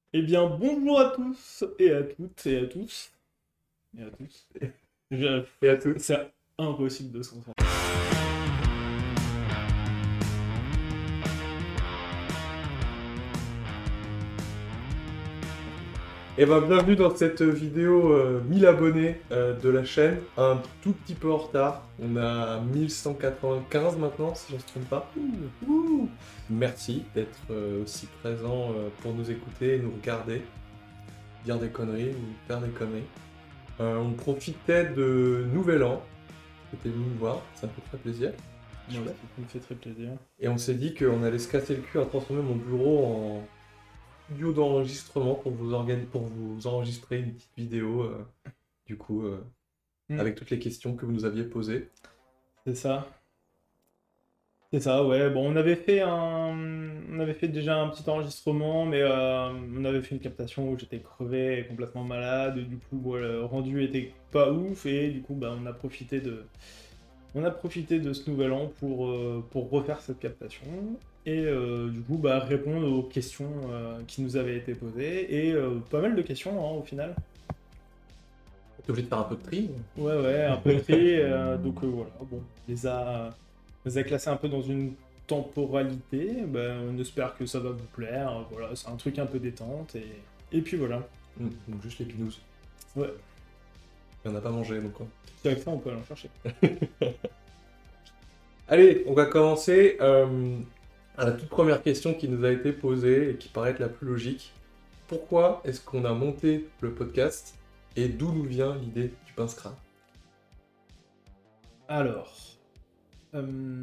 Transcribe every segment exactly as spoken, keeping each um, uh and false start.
Eh bien, bonjour à tous et à toutes et à tous et à tous. Je- Et à toutes. C'est impossible de se concentrer. Et ben bienvenue dans cette vidéo euh, mille abonnés euh, de la chaîne, un tout petit peu en retard, on a mille cent quatre-vingt-quinze maintenant si je ne me trompe pas. Ouh, ouh. Merci d'être euh, aussi présent euh, pour nous écouter et nous regarder, dire des conneries ou faire des conneries. Euh, on profitait de Nouvel An, tu venu nous voir, ça me fait très plaisir. Moi aussi, Chouette. ça me fait très plaisir. Et on s'est dit qu'on allait se casser le cul à transformer mon bureau en studio d'enregistrement pour vous, organi- pour vous enregistrer une petite vidéo, euh, du coup, euh, Hmm, avec toutes les questions que vous nous aviez posées. c'est ça. C'est ça, ouais. Bon, on avait fait un... on avait fait déjà un petit enregistrement, mais euh, on avait fait une captation où j'étais crevé et complètement malade. Et du coup, bon, le rendu était pas ouf. Et du coup, bah, on a profité de, On a profité de ce nouvel an pour, euh, pour refaire cette captation et euh, du coup bah, répondre aux questions euh, qui nous avaient été posées et euh, pas mal de questions hein, au final. T'es obligé de faire un peu de tri. Ouais ouais, un peu de tri, euh, donc euh, voilà, bon, on les a, on les a classés un peu dans une temporalité, ben, on espère que ça va vous plaire, voilà, c'est un truc un peu détente et, et puis voilà. Hum, donc juste les binous. Ouais, Et on n'a pas mangé, donc quoi. c'est avec ça on peut aller en chercher. Allez, on va commencer euh, à la toute première question qui nous a été posée et qui paraît être la plus logique. Pourquoi est-ce qu'on a monté le podcast et d'où nous vient l'idée du pince crâne? Alors, euh,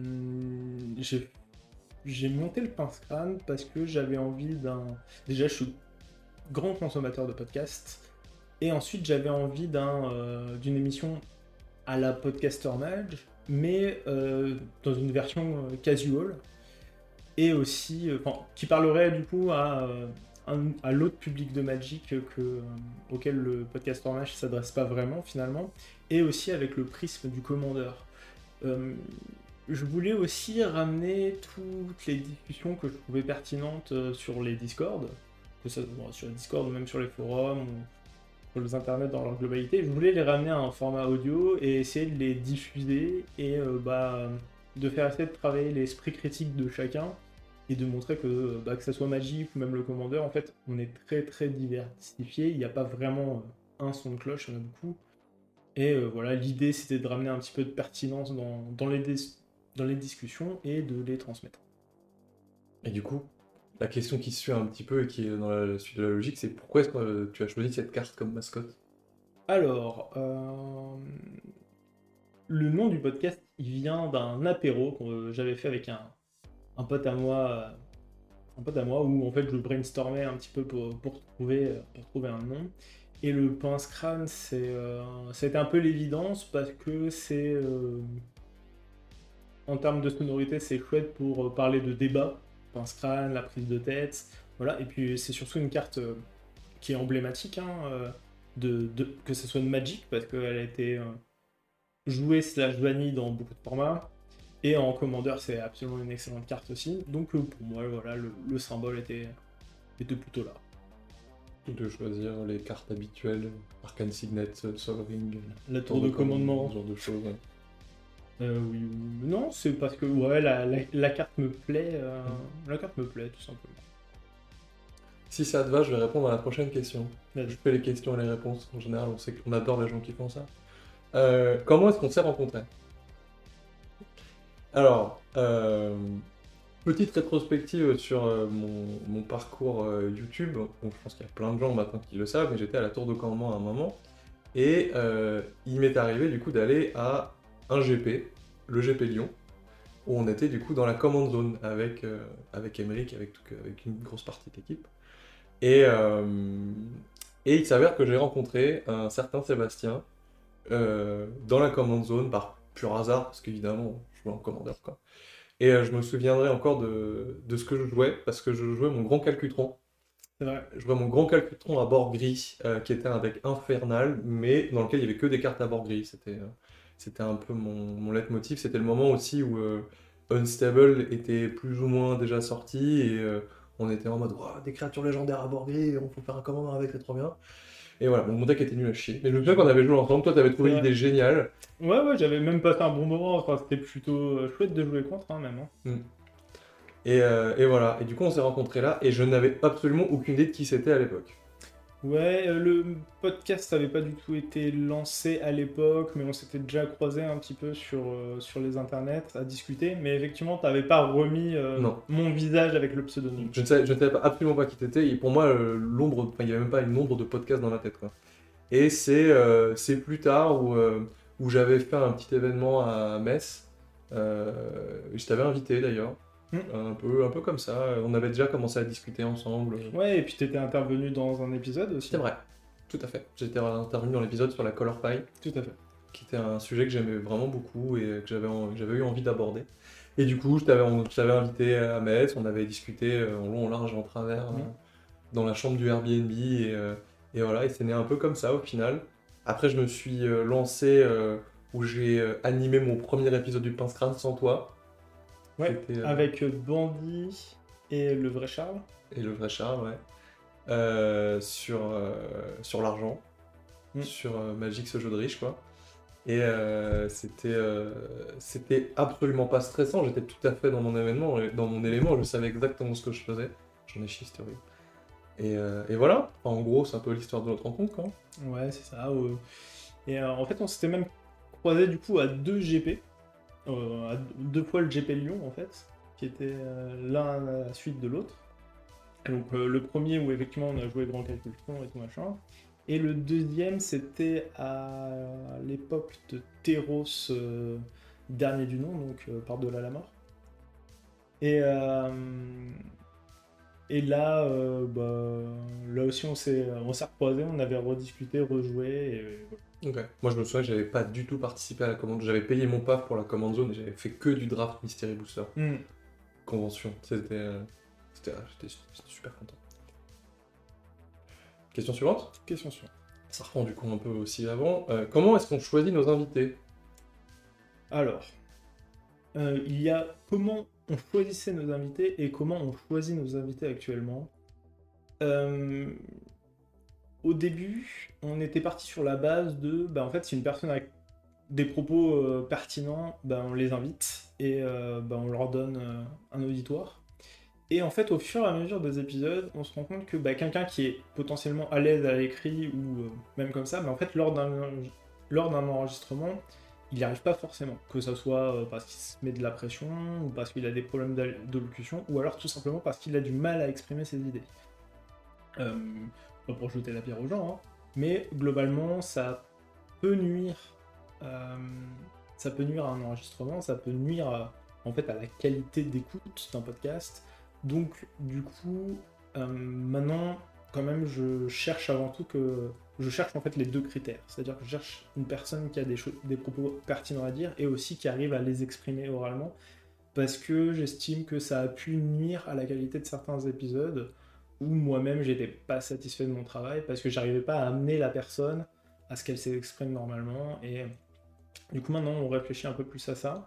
j'ai J'ai monté le pince-crâne parce que j'avais envie d'un... Déjà, je suis grand consommateur de podcasts. Et ensuite, j'avais envie d'un, euh, d'une émission à la Podcaster Mag, mais euh, dans une version euh, casual. Et aussi, euh, enfin, qui parlerait du coup à, euh, un- à l'autre public de Magic que, euh, auquel le Podcaster Mag ne s'adresse pas vraiment finalement. Et aussi avec le prisme du commandeur. Euh, je voulais aussi ramener toutes les discussions que je trouvais pertinentes euh, sur les Discord, que ça, bon, sur les Discord ou même sur les forums ou sur les internets dans leur globalité. Je voulais les ramener à un format audio et essayer de les diffuser et euh, bah, de faire essayer de travailler l'esprit critique de chacun et de montrer que, bah, que ça soit Magic ou même le commandeur, en fait, on est très très diversifié. Il n'y a pas vraiment euh, un son de cloche, il y en a beaucoup. Et euh, voilà, l'idée c'était de ramener un petit peu de pertinence dans, dans, les, dis- dans les discussions et de les transmettre. Et du coup, la question qui suit un petit peu et qui est dans la suite de la logique, c'est pourquoi est-ce que euh, tu as choisi cette carte comme mascotte? Alors, euh, le nom du podcast, il vient d'un apéro que j'avais fait avec un, un pote à moi, euh, un pote à moi, où en fait je brainstormais un petit peu pour, pour trouver, pour trouver un nom. Et le pince crâne, c'est, euh, c'était un peu l'évidence parce que c'est, euh, en termes de sonorité, c'est chouette pour euh, parler de débat, pince crâne, la prise de tête, voilà. Et puis c'est surtout une carte euh, qui est emblématique, hein, euh, de, de- que ce soit de Magic parce qu'elle a été euh, jouée slash bannie dans beaucoup de formats. Et en Commander, c'est absolument une excellente carte aussi. Donc euh, pour moi, voilà, le, le symbole était, était plutôt là. De choisir les cartes habituelles, Arcane Signet, Sol Ring, La tour tour de de commandement, commandement, ce genre de choses. Ouais. euh, oui, oui, non, c'est parce que ouais, la, la- la carte me plaît, euh, Mm. la carte me plaît tout simplement. Si ça te va, je vais répondre à la prochaine question. Je Vas-y. fais les questions et les réponses. En général, on sait qu'on adore les gens qui font ça. Euh, comment est-ce qu'on s'est rencontrés? Alors, euh, petite rétrospective sur euh, mon, mon parcours euh, YouTube. Bon, je pense qu'il y a plein de gens maintenant qui le savent, mais j'étais à la tour de commandement à un moment. Et euh, il m'est arrivé du coup d'aller à un G P, le G P Lyon, où on était du coup dans la command zone avec, euh, avec Emeric, avec, tout- avec une grosse partie de l'équipe. Et, euh, et il s'avère que j'ai rencontré un certain Sébastien euh, dans la command zone par pur hasard, parce qu'évidemment, je jouais en commandeur quoi. Et euh, je me souviendrai encore de, de ce que je jouais, parce que je jouais mon grand calcutron. C'est vrai. Je jouais mon grand calcutron à bord gris, euh, qui était un deck infernal, mais dans lequel il y avait que des cartes à bord gris. C'était euh, c'était un peu mon, mon leitmotiv. C'était le moment aussi où euh, Unstable était plus ou moins déjà sorti, et euh, On était en mode, Ouah, des créatures légendaires à aborder, on peut faire un commandant avec, c'est trop bien. Et voilà, bon, mon deck était nul à chier. Mais je me souviens qu'on avait joué ensemble, toi t'avais trouvé Ouais. l'idée géniale. Ouais, ouais, j'avais même passé un bon moment, enfin, c'était plutôt euh, chouette de jouer contre, hein, même. Hein. Mm. Et, euh, et voilà, et du coup on s'est rencontrés là, et je n'avais absolument aucune idée de qui c'était à l'époque. Ouais, euh, le podcast n'avait pas du tout été lancé à l'époque, mais on s'était déjà croisé un petit peu sur, euh, sur les internets à discuter. Mais effectivement, t'avais pas remis euh, Non. mon visage avec le pseudonyme. Je ne savais, je ne savais pas, absolument pas qui t'étais, et pour moi, euh, l'ombre, enfin, il n'y avait même pas une ombre de podcast dans ma tête, quoi. Et c'est euh, c'est plus tard où, euh, où j'avais fait un petit événement à Metz, euh, je t'avais invité d'ailleurs, Hmm. un peu, un peu comme ça, on avait déjà commencé à discuter ensemble. Ouais, et puis t'étais intervenu dans un épisode aussi. C'est vrai, tout à fait. J'étais intervenu dans l'épisode sur la Color Pie, Tout à fait. qui était un sujet que j'aimais vraiment beaucoup et que j'avais en- que j'avais eu envie d'aborder. Et du coup, je t'avais je t'avais invité à Metz, on avait discuté euh, en long, en large et en travers Mhm. euh, dans la chambre du Airbnb et, euh, et voilà, et c'est né un peu comme ça au final. Après, je me suis euh, lancé euh, où j'ai euh, animé mon premier épisode du Pince Crâne sans toi. Ouais, C'était, euh, avec euh, Bandy et le vrai Charles. Et le vrai Charles, ouais. Euh, sur, euh, sur l'argent, Mm. sur euh, Magic, ce jeu de riche, quoi. Et euh, c'était euh, c'était absolument pas stressant, j'étais tout à fait dans mon événement, dans mon élément, je savais exactement ce que je faisais. J'en ai chié, c'était horrible. Et, euh, et voilà, en gros, c'est un peu l'histoire de notre rencontre, quoi. Ouais, c'est ça. euh. Et euh, en fait, on s'était même croisé du coup à deux G P. Euh, à deux fois le G P Lyon, en fait, qui était euh, l'un à la suite de l'autre. Donc euh, le premier où effectivement on a joué Grand Calculon et tout machin. Et le deuxième, c'était à l'époque de Terros, euh, dernier du nom, donc euh, par-delà la mort. Et, euh, et là, euh, bah, là aussi, on s'est, on s'est recroisés, on avait rediscuté, rejoué. Et voilà. Ok. Moi, je me souviens que j'avais pas du tout participé à la commande, j'avais payé mon P A F pour la commande zone et j'avais fait que du draft Mystery Booster. Hmm. Convention. C'était. euh, c'était- ah, J'étais j'étais super content. Question suivante. Question suivante. Ça reprend du coup un peu aussi avant. Euh, comment est-ce qu'on choisit nos invités? Alors, euh, il y a comment on choisissait nos invités et comment on choisit nos invités actuellement. Euh, au début, on était parti sur la base de, bah, en fait, si une personne a des propos euh, pertinents, bah, on les invite et euh, bah, on leur donne euh, un auditoire. Et en fait, au fur et à mesure des épisodes, on se rend compte que bah, quelqu'un qui est potentiellement à l'aise à l'écrit ou euh, même comme ça, mais en fait, lors d'un lors d'un enregistrement, il n'y arrive pas forcément. Que ce soit euh, parce qu'il se met de la pression, ou parce qu'il a des problèmes d'élocution, ou alors tout simplement parce qu'il a du mal à exprimer ses idées. Euh, pas pour jeter la pierre aux gens, hein, mais globalement, ça peut nuire. euh, ça peut nuire à un enregistrement, ça peut nuire à, en fait, à la qualité d'écoute d'un podcast. Donc, du coup, euh, maintenant, quand même, je cherche avant tout que... Je cherche en fait les deux critères. C'est-à-dire que je cherche une personne qui a des, cho- des propos pertinents à dire et aussi qui arrive à les exprimer oralement. Parce que j'estime que ça a pu nuire à la qualité de certains épisodes où moi-même j'étais pas satisfait de mon travail parce que j'arrivais pas à amener la personne à ce qu'elle s'exprime normalement. Et du coup, maintenant, on réfléchit un peu plus à ça.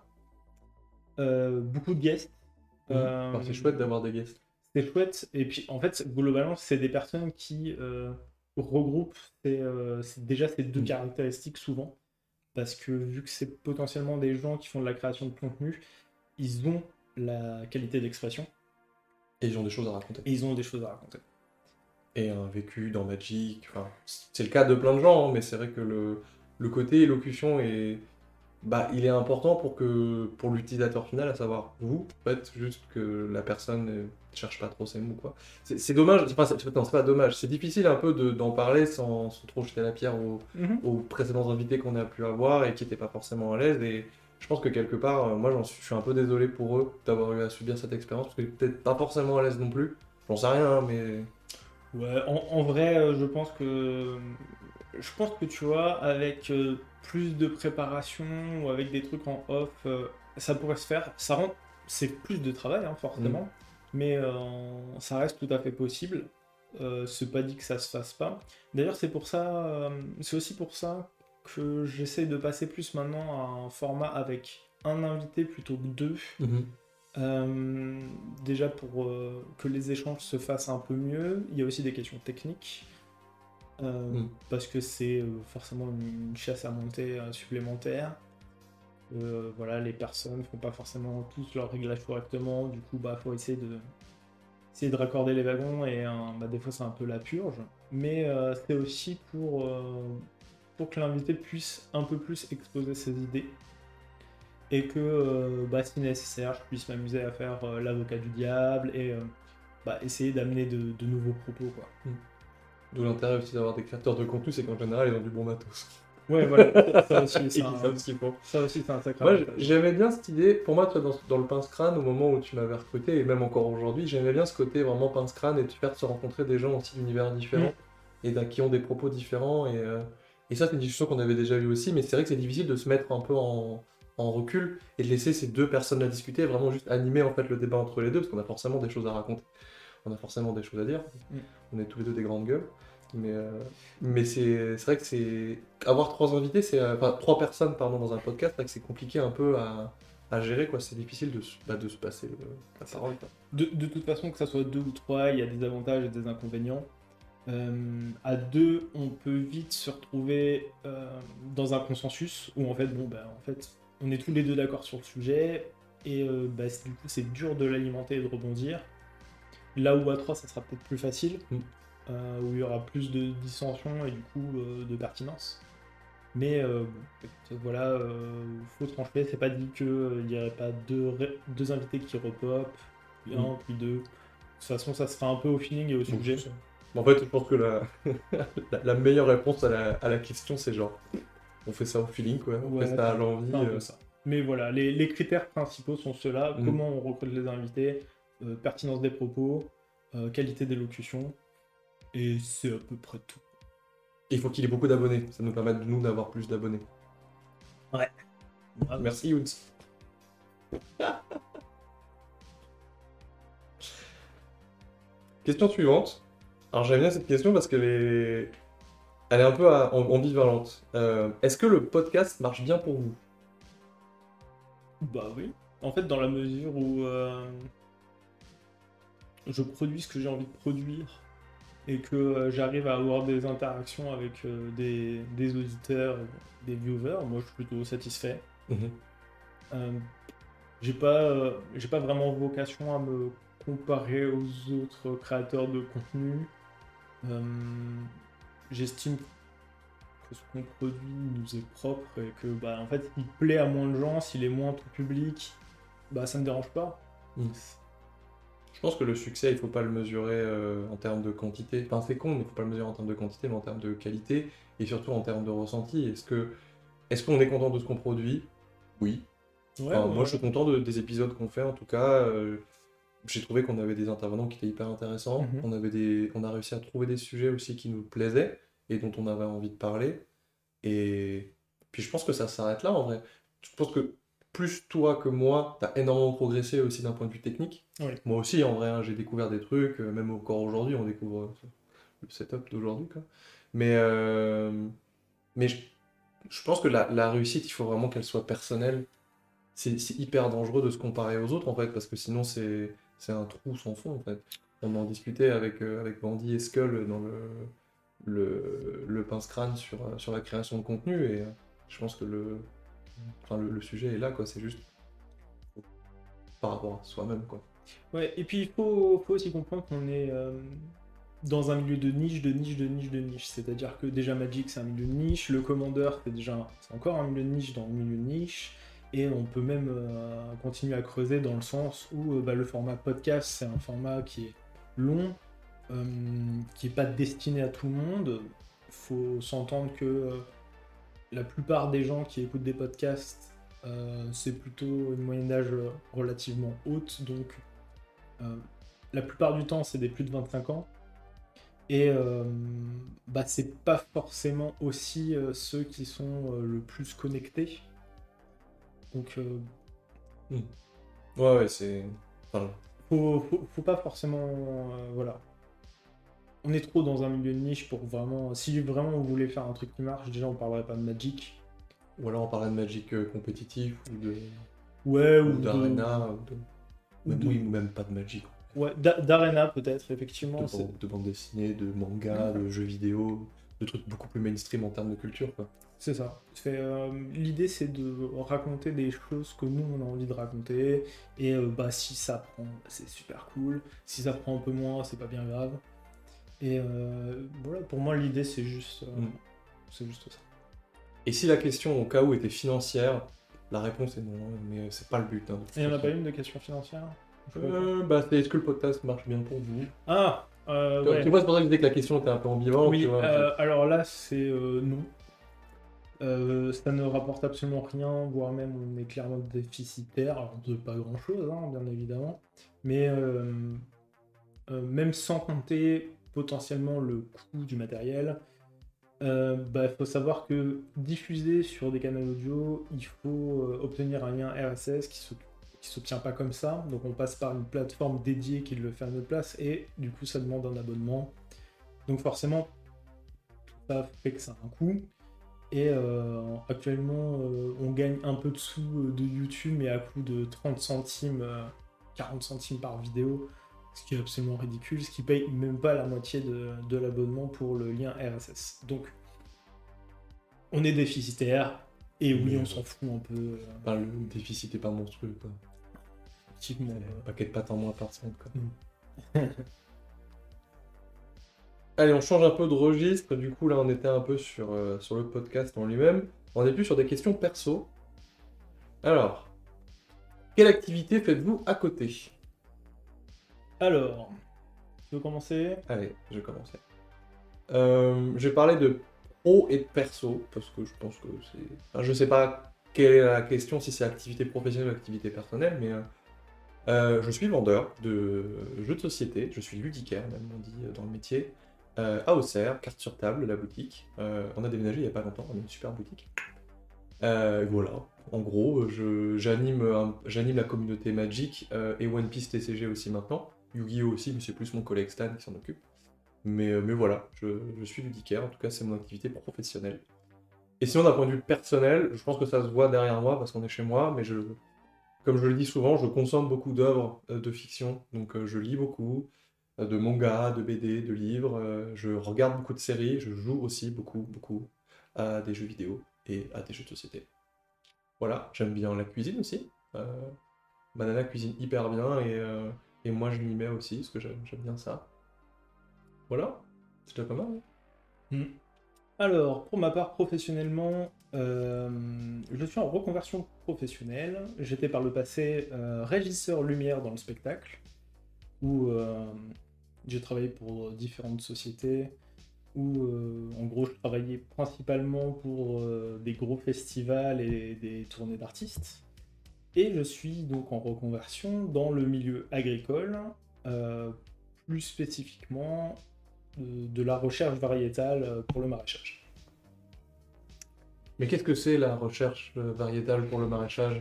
Euh, beaucoup de guests. Mhm. Euh, Enfin, c'est chouette d'avoir des guests. C'est chouette. Et puis, en fait, globalement, c'est des personnes qui euh, regroupent ces, euh, c'est déjà ces deux Mm. caractéristiques souvent. Parce que vu que c'est potentiellement des gens qui font de la création de contenu, ils ont la qualité d'expression Et ils ont des choses à raconter. et ils ont des choses à raconter. Et un vécu dans Magic. Enfin, c'est le cas de plein de gens, hein, mais c'est vrai que le, le côté élocution est. Bah, il est important pour que pour l'utilisateur final, à savoir vous, en fait, juste que la personne ne cherche pas trop ses mots, quoi. C'est c'est dommage, enfin, c'est non, c'est pas dommage, c'est difficile un peu de- d'en parler sans, sans trop jeter la pierre aux, Mhm. aux précédents invités qu'on a pu avoir et qui n'étaient pas forcément à l'aise. Et je pense que quelque part, euh, moi, j'en suis, je suis un peu désolé pour eux d'avoir eu à subir cette expérience, parce qu'ils étaient peut-être pas forcément à l'aise non plus. J'en sais rien, hein, mais. Ouais, en, en vrai, euh, je pense que je pense que tu vois, avec euh, plus de préparation ou avec des trucs en off, euh, ça pourrait se faire. Ça rend, c'est plus de travail, hein, forcément, mais euh, ça reste tout à fait possible. Euh, c'est pas dit que ça se fasse pas. D'ailleurs, c'est pour ça, euh, c'est aussi pour ça que j'essaie de passer plus maintenant à un format avec un invité plutôt que deux. Mhm. Euh, déjà pour euh, que les échanges se fassent un peu mieux, il y a aussi des questions techniques. Euh, Mm. parce que c'est euh, forcément une, une chasse à monter euh, supplémentaire. Euh, voilà, les personnes font pas forcément tous leurs réglages correctement, du coup bah faut essayer de essayer de raccorder les wagons et euh, bah, des fois c'est un peu la purge, mais euh, c'est aussi pour euh, pour que l'invité puisse un peu plus exposer ses idées et que euh, bah, si nécessaire je puisse m'amuser à faire euh, l'avocat du diable et euh, bah, essayer d'amener de, de nouveaux propos quoi. D'où l'intérêt aussi d'avoir des créateurs de contenu, c'est qu'en général, ils ont du bon matos. Ouais voilà, ça aussi Et c'est qu'ils un, savent ce qu'ils font. ça aussi c'est un sacré Moi, avantage. j'aimais bien cette idée. Pour moi, toi, dans, dans le pince-crâne, au moment où tu m'avais recruté, et même encore aujourd'hui, j'aimais bien ce côté vraiment pince-crâne et de faire se rencontrer des gens aussi d'univers différents Mm. et d'un- qui ont des propos différents. Et, euh, et ça, c'est une discussion qu'on avait déjà eue aussi, mais c'est vrai que c'est difficile de se mettre un peu en, en recul et de laisser ces deux personnes-là discuter, vraiment juste animer en fait le débat entre les deux, parce qu'on a forcément des choses à raconter, on a forcément des choses à dire. Mm. On est tous les deux des grandes gueules. Mais, euh, mais c'est c'est vrai que c'est. Avoir trois invités, c'est. euh, Enfin, trois personnes, pardon, dans un podcast, c'est vrai que c'est compliqué un peu à, à gérer, quoi. C'est difficile de, se- bah, de se passer le- la parole, quoi. De, de toute façon, que ça soit deux ou trois, il y a des avantages et des inconvénients. Euh, à deux, on peut vite se retrouver euh, dans un consensus où en fait, bon, bah, en fait, on est tous les deux d'accord sur le sujet et euh, bah, du coup, c'est dur de l'alimenter et de rebondir. Là où à trois, ça sera peut-être plus facile, Mm. euh, où il y aura plus de dissension et du coup euh, de pertinence. Mais euh, bon, écoute, voilà, euh, faut trancher. C'est pas dit qu'il n'y aurait pas deux, ré- deux invités qui repopent, puis Mm. un, puis deux. De toute façon, ça se fera un peu au feeling et au Donc, sujet. c'est ça. Mais en fait, je pense que la, la, la meilleure réponse à la, à la question, c'est genre, on fait ça au feeling, quoi. On Ouais, fait ça à c'est l'envie. c'est un euh. peu ça. Mais voilà, les, les critères principaux sont ceux-là. Mm. Comment on recrute les invités, euh, pertinence des propos, euh, qualité d'élocution, et c'est à peu près tout. Il faut qu'il ait beaucoup d'abonnés. Ça nous permet, de nous, d'avoir plus d'abonnés. Ouais. Bravo. Merci, Younes. Question suivante. Alors j'aime bien cette question parce qu'elle est, elle est un peu à- am- ambivalente. Euh, Est-ce que le podcast marche bien pour vous? Bah oui. En fait, dans la mesure où euh, je produis ce que j'ai envie de produire et que euh, j'arrive à avoir des interactions avec euh, des, des auditeurs, des viewers, moi je suis plutôt satisfait. Mhm. Euh, j'ai pas, euh, j'ai pas vraiment vocation à me comparer aux autres créateurs de contenu. Euh, J'estime que ce qu'on produit nous est propre et que bah en fait il plaît à moins de gens, s'il est moins tout public, bah ça me dérange pas. Mm. Je pense que le succès, il faut pas le mesurer euh, en termes de quantité. Enfin, c'est con, mais il faut pas le mesurer en termes de quantité, mais en termes de qualité et surtout en termes de ressenti. Est-ce que, est-ce qu'on est content de ce qu'on produit? Oui. Ouais, Enfin, ouais, moi, je suis ouais. content de- des épisodes qu'on fait. En tout cas, euh, j'ai trouvé qu'on avait des intervenants qui étaient hyper intéressants. Mhm. On avait des, on a réussi à trouver des sujets aussi qui nous plaisaient et dont on avait envie de parler. Et puis, je pense que ça s'arrête là, en vrai. Je pense que plus toi que moi, t'as énormément progressé aussi d'un point de vue technique. Oui. Moi aussi, en vrai, hein, j'ai découvert des trucs. euh, Même encore aujourd'hui, on découvre euh, le setup d'aujourd'hui, quoi. Mais, euh, mais je, je pense que la, la réussite, il faut vraiment qu'elle soit personnelle. C'est c'est hyper dangereux de se comparer aux autres, en fait, parce que sinon, c'est c'est un trou sans fond, en fait. On en discutait avec, euh, avec Bandy et Skull dans le, le, le pince-crâne sur, euh, sur la création de contenu, et euh, je pense que le, enfin, le, le sujet est là, quoi. C'est juste par rapport à soi-même, quoi. Ouais, et puis il faut, faut aussi comprendre qu'on est euh, dans un milieu de niche, de niche, de niche, de niche. C'est-à-dire que déjà Magic c'est un milieu de niche, le Commander c'est déjà c'est encore un milieu de niche dans le milieu de niche, et on peut même euh, continuer à creuser dans le sens où euh, bah, le format podcast c'est un format qui est long, euh, qui est pas destiné à tout le monde. Faut s'entendre que euh, la plupart des gens qui écoutent des podcasts, euh, c'est plutôt une moyenne d'âge euh, relativement haute, donc euh, la plupart du temps, c'est des plus de vingt-cinq ans. Et euh, bah, c'est pas forcément aussi euh, ceux qui sont euh, le plus connectés. Donc, euh, Ouais, ouais, c'est. Enfin, faut, faut, faut pas forcément. euh, voilà. On est trop dans un milieu de niche pour vraiment. Si vraiment on voulait faire un truc qui marche, déjà on parlerait pas de Magic. ou alors on parlait de Magic euh, compétitif, ou de Ouais, ou ou de. d'Arena, ou de... Ou Même, de- Oui, ou même pas de Magic. Ouais, d'a- d'Arena peut-être, effectivement. De, c'est- bande, de bande dessinée, de manga, de jeux vidéo, de trucs beaucoup plus mainstream en termes de culture, quoi. C'est ça. C'est, euh, l'idée, c'est de raconter des choses que nous, on a envie de raconter. Et euh, bah, si ça prend, bah, c'est super cool. Si ça prend un peu moins, c'est pas bien grave. Et euh, voilà, pour moi, l'idée, c'est juste, euh, Mm. c'est juste ça. Et si la question, au cas où, était financière, la réponse est non, mais c'est pas le but. Hein, de toute Et il n'y en a façon. pas une de question financière? Je sais pas. Euh, bah, c'est est-ce que le podcast marche bien pour vous? Ah, euh, Tu vois, ouais. tu vois, c'est pour ça que je disais que la question était un peu ambivalente, tu Oui, vois. euh, alors là, c'est euh, non. Euh, ça ne rapporte absolument rien, voire même on est clairement déficitaire, alors de pas grand chose, hein, bien évidemment, mais euh, euh, même sans compter potentiellement le coût du matériel, euh, bah, faut savoir que diffuser sur des canaux audio, il faut euh, obtenir un lien R S S qui se qui s'obtient pas comme ça, donc on passe par une plateforme dédiée qui le fait à notre place, et du coup ça demande un abonnement. Donc forcément, ça fait que ça a un coût. Et euh, actuellement, euh, on gagne un peu de sous euh, de YouTube, mais à coût de trente centimes, euh, quarante centimes par vidéo, ce qui est absolument ridicule, ce qui paye même pas la moitié de, de l'abonnement pour le lien R S S. Donc, on est déficitaire, et oui, Mais, on euh, s'en fout un peu. euh, Enfin, le déficit est pas monstrueux, quoi. effectivement. C'est euh, un paquet de pâtes en moins par semaine, quoi. Mm. Allez, on change un peu de registre. Du coup, là, on était un peu sur, euh, sur le podcast en lui-même. On est plus sur des questions perso. Alors, quelle activité faites-vous à côté? Alors, tu veux commencer? Allez, je vais commencer. Euh, je vais parler de pro et de perso, parce que je pense que c'est... Enfin, je sais pas quelle est la question, si c'est activité professionnelle ou activité personnelle, mais euh, euh, je suis vendeur de jeux de société, je suis ludicaire, même on dit euh, dans le métier, euh, à Auxerre, carte sur table, la boutique. Euh, on a déménagé il y a pas longtemps, on a une super boutique. Euh, voilà, en gros, je, j'anime, un- j'anime la communauté Magic euh, et One Piece T C G aussi maintenant. Yu-Gi-Oh aussi, mais c'est plus mon collègue Stan qui s'en occupe. Mais, euh, mais voilà, je, je suis ludicaire, en tout cas c'est mon activité professionnelle. Et sinon d'un point de vue personnel, je pense que ça se voit derrière moi parce qu'on est chez moi, mais je, comme je le dis souvent, je consomme beaucoup d'œuvres euh, de fiction, donc euh, je lis beaucoup, euh, de mangas, de B D, de livres, euh, je regarde beaucoup de séries, je joue aussi beaucoup, beaucoup à des jeux vidéo et à des jeux de société. Voilà, j'aime bien la cuisine aussi. Euh, ma nana cuisine hyper bien et, euh, et moi je m'y mets aussi parce que j'aime j'aime bien ça. Voilà, c'est déjà pas mal. Hein. Hmm. Alors, pour ma part, professionnellement, euh, je suis en reconversion professionnelle. J'étais par le passé euh, régisseur lumière dans le spectacle, où euh, j'ai travaillé pour différentes sociétés, où euh, en gros je travaillais principalement pour euh, des gros festivals et des tournées d'artistes. Et je suis donc en reconversion dans le milieu agricole, euh, plus spécifiquement de, de la recherche variétale euh, pour le maraîchage. Mais qu'est-ce que c'est la recherche euh, variétale pour le maraîchage?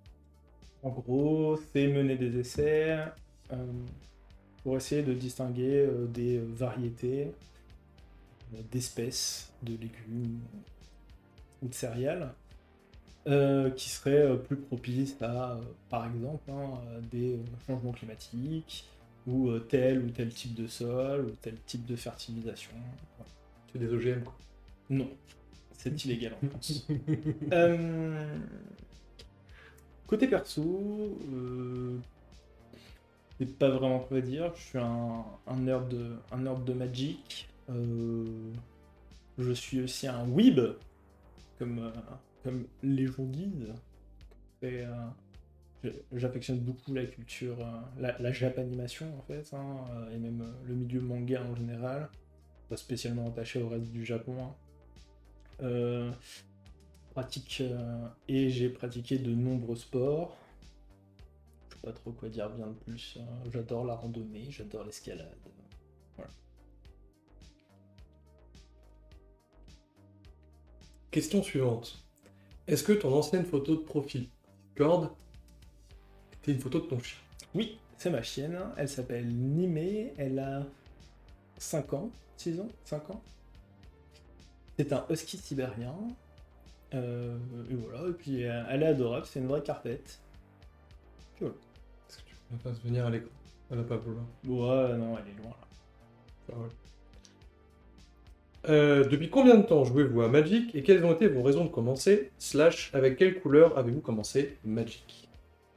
En gros, c'est mener des essais euh, pour essayer de distinguer euh, des variétés euh, d'espèces, de légumes ou de céréales euh, qui seraient euh, plus propices à, euh, par exemple, hein, à des euh, changements climatiques ou euh, tel ou tel type de sol ou tel type de fertilisation. Voilà. C'est des O G M, quoi. Non, c'est illégal en France. Euh, Côté perso, euh, c'est pas vraiment quoi dire. Je suis un, un nerd de, un nerd de Magic. Euh, je suis aussi un weeb, comme, euh, comme les gens disent. Et, euh, je- j'affectionne beaucoup la culture, euh, la, la japanimation en fait, hein, euh, et même euh, le milieu manga en général. Pas spécialement attaché au reste du Japon. Hein. Euh, pratique euh, et j'ai pratiqué de nombreux sports. Je sais pas trop quoi dire bien de plus. hein. J'adore la randonnée, j'adore l'escalade. Voilà. Question suivante. Est-ce que ton ancienne photo de profil Discord était une photo de ton chien? Oui, c'est ma chienne. Elle s'appelle Nimé. Elle a cinq ans, six ans, cinq ans. C'est un husky sibérien. Euh, et voilà, et puis euh, elle est adorable, c'est une vraie carpette. Puis voilà. Est-ce que tu Elle va pas se venir à l'écran. Elle va pas vouloir. Ouais, non, elle est loin là. Ah ouais. Euh, depuis combien de temps jouez-vous à Magic et quelles ont été vos raisons de commencer? Slash, avec quelle couleur avez-vous commencé Magic?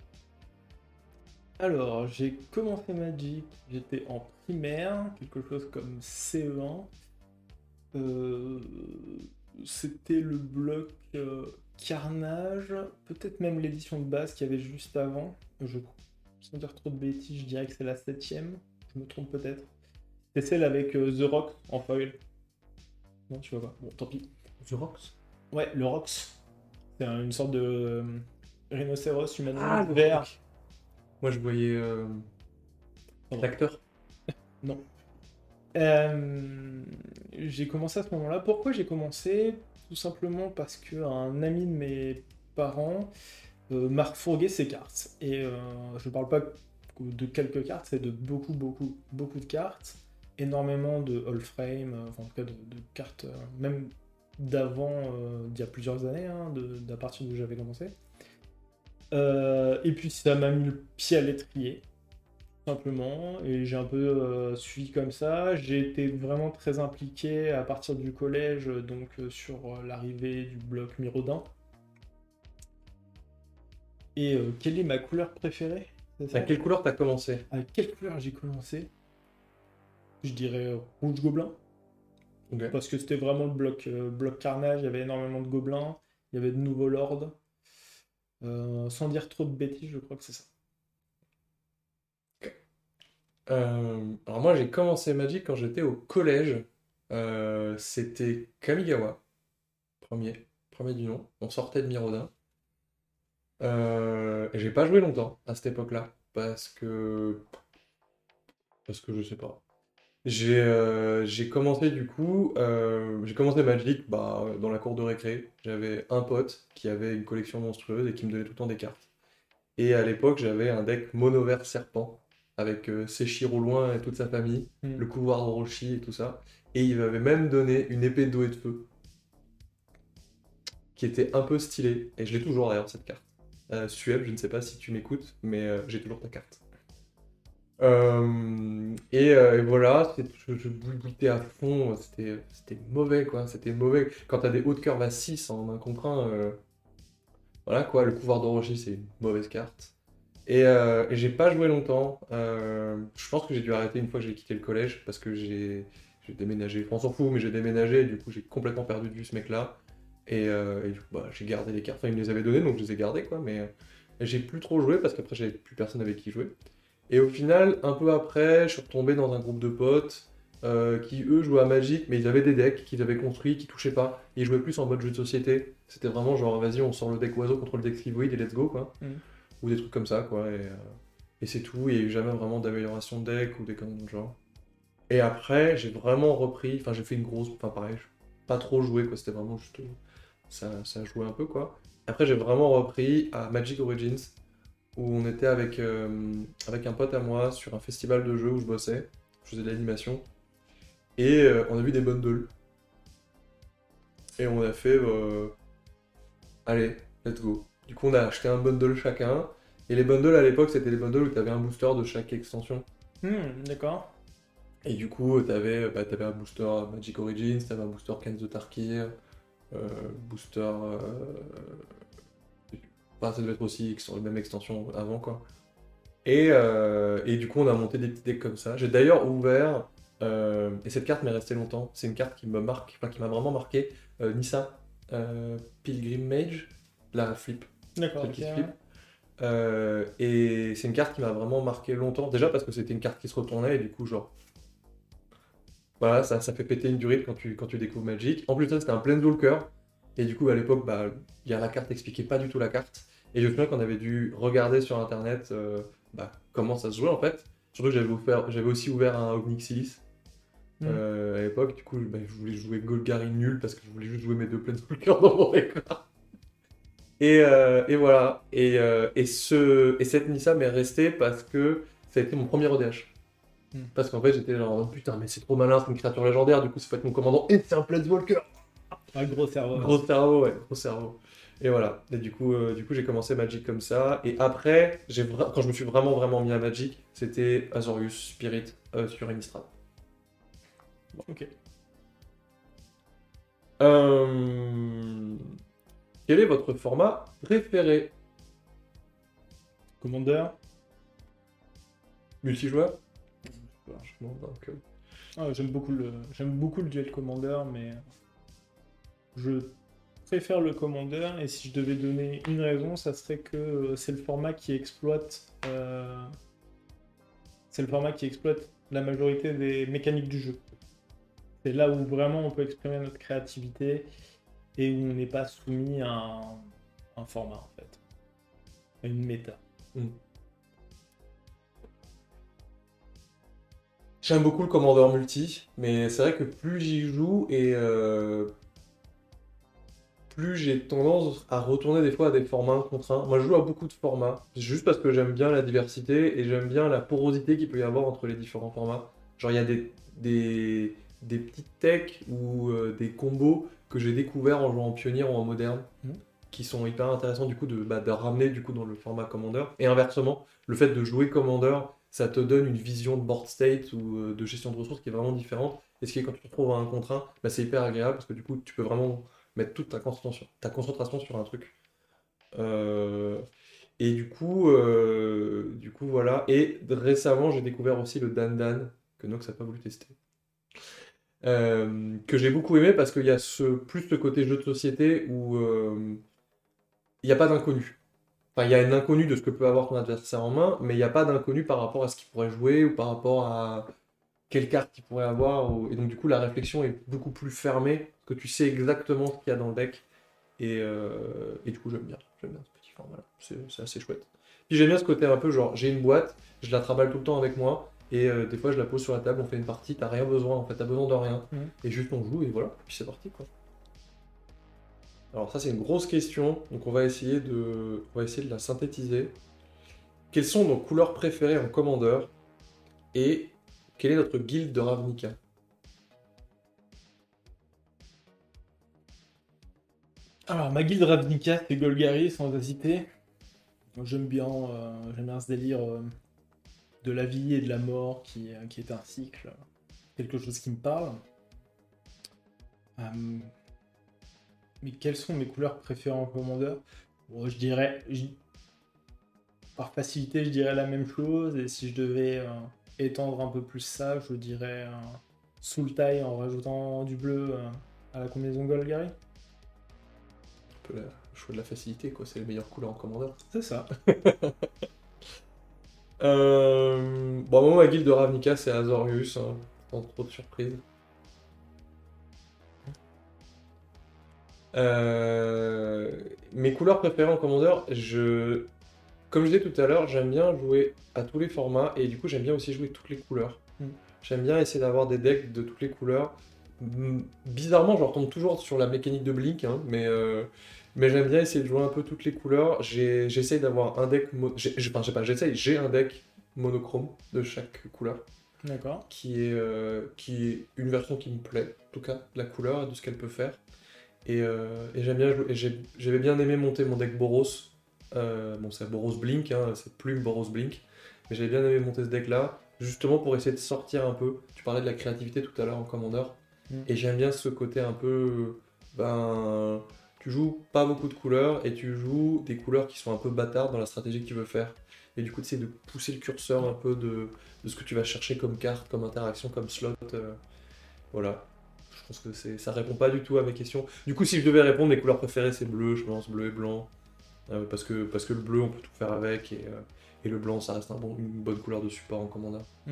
Alors, j'ai commencé Magic, j'étais en primaire, quelque chose comme C E un. Euh, C'était le bloc euh, Carnage, peut-être même l'édition de base qu'il y avait juste avant. Je, sans dire trop de bêtises, je dirais que c'est la septième. Je me trompe peut-être. C'est celle avec euh, The Rock en foil. Non, tu vois pas. Bon, tant pis. The Rocks. Ouais, le Rox. C'est un- une sorte de euh, rhinocéros humanoïde Ah, le vert. Rock. Moi, je voyais euh, Pardon. l'acteur. Non. Euh, j'ai commencé à ce moment-là. Pourquoi j'ai commencé? Tout simplement parce qu'un ami de mes parents euh, m'a refourgué ses cartes. Et euh, je parle pas de quelques cartes, c'est de beaucoup, beaucoup, beaucoup de cartes. Énormément de Hall Frame, euh, enfin en tout cas de, de cartes, euh, même d'avant, euh, d'il y a plusieurs années, hein, de, d'à partir d'où j'avais commencé. Euh, et puis ça m'a mis le pied à l'étrier, simplement, et j'ai un peu euh, suivi comme ça. J'ai été vraiment très impliqué à partir du collège, donc euh, sur euh, l'arrivée du bloc Miraudin. Et euh, quelle est ma couleur préférée? C'est ça À quelle couleur t'as commencé? À quelle couleur j'ai commencé? Je dirais euh, rouge gobelin, Ok. parce que c'était vraiment le bloc, euh, bloc carnage, il y avait énormément de gobelins, il y avait de nouveaux lords. Euh, sans dire trop de bêtises, je crois que c'est ça. Euh, alors moi, j'ai commencé Magic quand j'étais au collège. Euh, c'était Kamigawa, premier, premier du nom. On sortait de Miraudin. Euh, et j'ai pas joué longtemps à cette époque-là, parce que... Parce que je sais pas. J'ai euh, j'ai commencé du coup, euh, j'ai commencé Magic bah, dans la cour de récré. J'avais un pote qui avait une collection monstrueuse et qui me donnait tout le temps des cartes. Et à l'époque, j'avais un deck mono vert serpent avec euh, Séchir au loin et toute sa famille, Hmm. le couloir de Roshi et tout ça. Et il m'avait même donné une épée d'eau et de feu qui était un peu stylée. Et je l'ai toujours d'ailleurs cette carte. Euh, Sueb, je ne sais pas si tu m'écoutes, mais euh, j'ai toujours ta carte. Euh, et, euh, et voilà, c'est- je, je bouillitais à fond, c'était c'était mauvais quoi, c'était mauvais. Quand t'as des hauts de curve à six en un contre un, euh, voilà quoi, le pouvoir d'Orochi c'est une mauvaise carte. Et, euh, et j'ai pas joué longtemps, euh, je pense que j'ai dû arrêter une fois que j'ai quitté le collège parce que j'ai j'ai déménagé, Enfin, on s'en fout, mais j'ai déménagé et du coup j'ai complètement perdu de vue ce mec-là. Et, euh, et du coup bah, j'ai gardé les cartes, enfin il me les avait données donc je les ai gardées quoi, mais euh, j'ai plus trop joué parce qu'après j'avais plus personne avec qui jouer. Et au final, un peu après, je suis retombé dans un groupe de potes euh, qui, eux, jouaient à Magic, mais ils avaient des decks qu'ils avaient construits, qui touchaient pas. Ils jouaient plus en mode jeu de société. C'était vraiment genre, vas-y, on sort le deck oiseau contre le deck scrivoïde et let's go, quoi. Mm. Ou des trucs comme ça, quoi. Et, euh, et c'est tout. Il n'y a eu jamais vraiment d'amélioration de deck ou des conneries de genre. Et après, j'ai vraiment repris, enfin, j'ai fait une grosse. Enfin, pareil, j'ai pas trop joué, quoi. C'était vraiment juste. Ça, ça jouait un peu, quoi. Après, j'ai vraiment repris à Magic Origins où on était avec, euh, avec un pote à moi sur un festival de jeux où je bossais, je faisais de l'animation, et euh, on a vu des bundles. Et on a fait, euh, allez, let's go. Du coup, on a acheté un bundle chacun, et les bundles à l'époque, c'était des bundles où tu avais un booster de chaque extension. Hmm, d'accord. Et du coup, tu avais bah, t'avais un booster Magic Origins, tu avais un booster Ken the Tarkir, euh, booster. Euh... Enfin, ça devait être aussi sur la même extension avant, quoi. Et, euh, et du coup, on a monté des petits decks comme ça. J'ai d'ailleurs ouvert, euh, et cette carte m'est restée longtemps. C'est une carte qui me marque, enfin qui m'a vraiment marqué. Euh, Nissa, euh, Pilgrim Mage, la flip, D'accord, celle ok. qui se flip. Euh, et c'est une carte qui m'a vraiment marqué longtemps. Déjà parce que c'était une carte qui se retournait, et du coup, genre. Voilà, ça, ça fait péter une durite quand tu, quand tu découvres Magic. En plus, ça, c'était un Planeswalker. Et du coup, à l'époque, bah, il y a la carte expliquait pas du tout la carte. Et je me souviens qu'on avait dû regarder sur internet euh, bah, comment ça se jouait en fait. Surtout que j'avais ouvert- j'avais aussi ouvert un Onyxilis Hmm. euh, à l'époque. Du coup, bah, je voulais jouer Golgari nul parce que je voulais juste jouer mes deux Planeswalkers dans mon deck. Et, euh, et voilà. Et, euh, et, ce, et cette Nissa m'est restée parce que ça a été mon premier O D H. Hmm. Parce qu'en fait, j'étais genre, oh, putain, mais c'est trop malin, c'est une créature légendaire. Du coup, ça peut être mon commandant et c'est un Planeswalker. Un gros serveur. Gros cerveau, ouais, gros cerveau. Et voilà. Et du coup, euh, du coup j'ai commencé Magic comme ça. Et après, j'ai vra- quand je me suis vraiment vraiment mis à Magic, c'était Azorius Spirit euh, sur Innistrad. Ok. Euh, Quel est votre format préféré? Commander. Multijoueur? Franchement, donc, euh, Ah, j'aime beaucoup le, j'aime beaucoup le duel Commander, mais je préfère le Commander. Et si je devais donner une raison, ça serait que euh, c'est le format qui exploite, euh, c'est le format qui exploite la majorité des mécaniques du jeu. C'est là où vraiment on peut exprimer notre créativité et où on n'est pas soumis à un, un format en fait, à une méta. hmm. J'aime beaucoup le Commander multi, mais c'est vrai que plus j'y joue et euh, plus j'ai tendance à retourner des fois à des formats un contre un. Moi, je joue à beaucoup de formats, juste parce que j'aime bien la diversité et j'aime bien la porosité qu'il peut y avoir entre les différents formats. Genre, il y a des, des, des petites techs ou euh, des combos que j'ai découverts en jouant en pionnier ou en moderne, Mhm. qui sont hyper intéressants du coup de, bah, de ramener du coup dans le format Commander. Et inversement, le fait de jouer Commander, ça te donne une vision de board state ou euh, de gestion de ressources qui est vraiment différente. Et ce qui est quand tu te retrouves à un contre un, bah, c'est hyper agréable parce que du coup, tu peux vraiment mettre toute ta concentration, ta concentration sur un truc. Euh, et du coup, euh, du coup, voilà. Et récemment, j'ai découvert aussi le Dan Dan, que Nox n'a pas voulu tester. Euh, que j'ai beaucoup aimé parce qu'il y a ce, plus ce côté jeu de société où euh, il n'y a pas d'inconnu. Enfin, il y a un inconnu de ce que peut avoir ton adversaire en main, mais il n'y a pas d'inconnu par rapport à ce qu'il pourrait jouer ou par rapport à quelle carte il pourrait avoir. ou- Et donc, du coup, la réflexion est beaucoup plus fermée, parce que tu sais exactement ce qu'il y a dans le deck. Et, euh, et du coup, j'aime bien. J'aime bien ce petit format-là. C'est c'est assez chouette. Puis j'aime bien ce côté un peu genre, j'ai une boîte, je la travaille tout le temps avec moi, et euh, des fois, je la pose sur la table, on fait une partie, t'as rien besoin, en fait, t'as besoin de rien. Mhm. Et juste on joue, et voilà, puis c'est parti, quoi. Alors ça, c'est une grosse question, donc on va essayer de, on va essayer de la synthétiser. Quelles sont nos couleurs préférées en Commander et quelle est notre guilde de Ravnica? Alors, ma guilde Ravnica, c'est Golgari, sans hésiter. J'aime bien, euh, j'aime bien ce délire euh, de la vie et de la mort qui, euh, qui est un cycle. Quelque chose qui me parle. Euh, mais quelles sont mes couleurs préférées en Commander? Bon, je dirais, je- par facilité, je dirais la même chose. Et si je devais euh, étendre un peu plus ça, je dirais euh, Sultai en rajoutant du bleu euh, à la combinaison Golgari. Un peu la- le choix de la facilité, quoi, c'est les meilleures couleurs en Commander. C'est ça. Euh... Bon, moi, ma guilde de Ravnica, c'est Azorius, hein, sans trop de surprise. Euh, Mes couleurs préférées en Commander, je... comme je disais tout à l'heure, j'aime bien jouer à tous les formats et du coup j'aime bien aussi jouer toutes les couleurs. Mm. J'aime bien essayer d'avoir des decks de toutes les couleurs. Mm, Bizarrement, je retombe toujours sur la mécanique de Blink, hein, mais, euh, mais j'aime bien essayer de jouer un peu toutes les couleurs. J'ai- J'essaye d'avoir un deck, mo- j'ai- j'ai- enfin, j'ai pas, j'essaye, j'ai un deck monochrome de chaque couleur D'accord. qui est, euh, qui est une version qui me plaît, en tout cas, de la couleur et de ce qu'elle peut faire. Et, euh, et j'aime bien jouer- et j'ai- j'avais bien aimé monter mon deck Boros. Euh, bon, c'est Boros Blink, hein, c'est Plume Boros Blink. Mais j'avais bien aimé monter ce deck-là, justement pour essayer de sortir un peu. Tu parlais de la créativité tout à l'heure en Commander. Mm. Et j'aime bien ce côté un peu. euh, Ben. Tu joues pas beaucoup de couleurs et tu joues des couleurs qui sont un peu bâtardes dans la stratégie que tu veux faire. Et du coup, tu essaies de pousser le curseur un peu de, de ce que tu vas chercher comme carte, comme interaction, comme slot. euh, voilà. Je pense que c'est, ça répond pas du tout à mes questions. Du coup, si je devais répondre, mes couleurs préférées, c'est bleu, je pense, bleu et blanc. Euh, parce, que, parce que le bleu, on peut tout faire avec. Et, euh, et le blanc, ça reste un bon, une bonne couleur de support en Commander. Mm.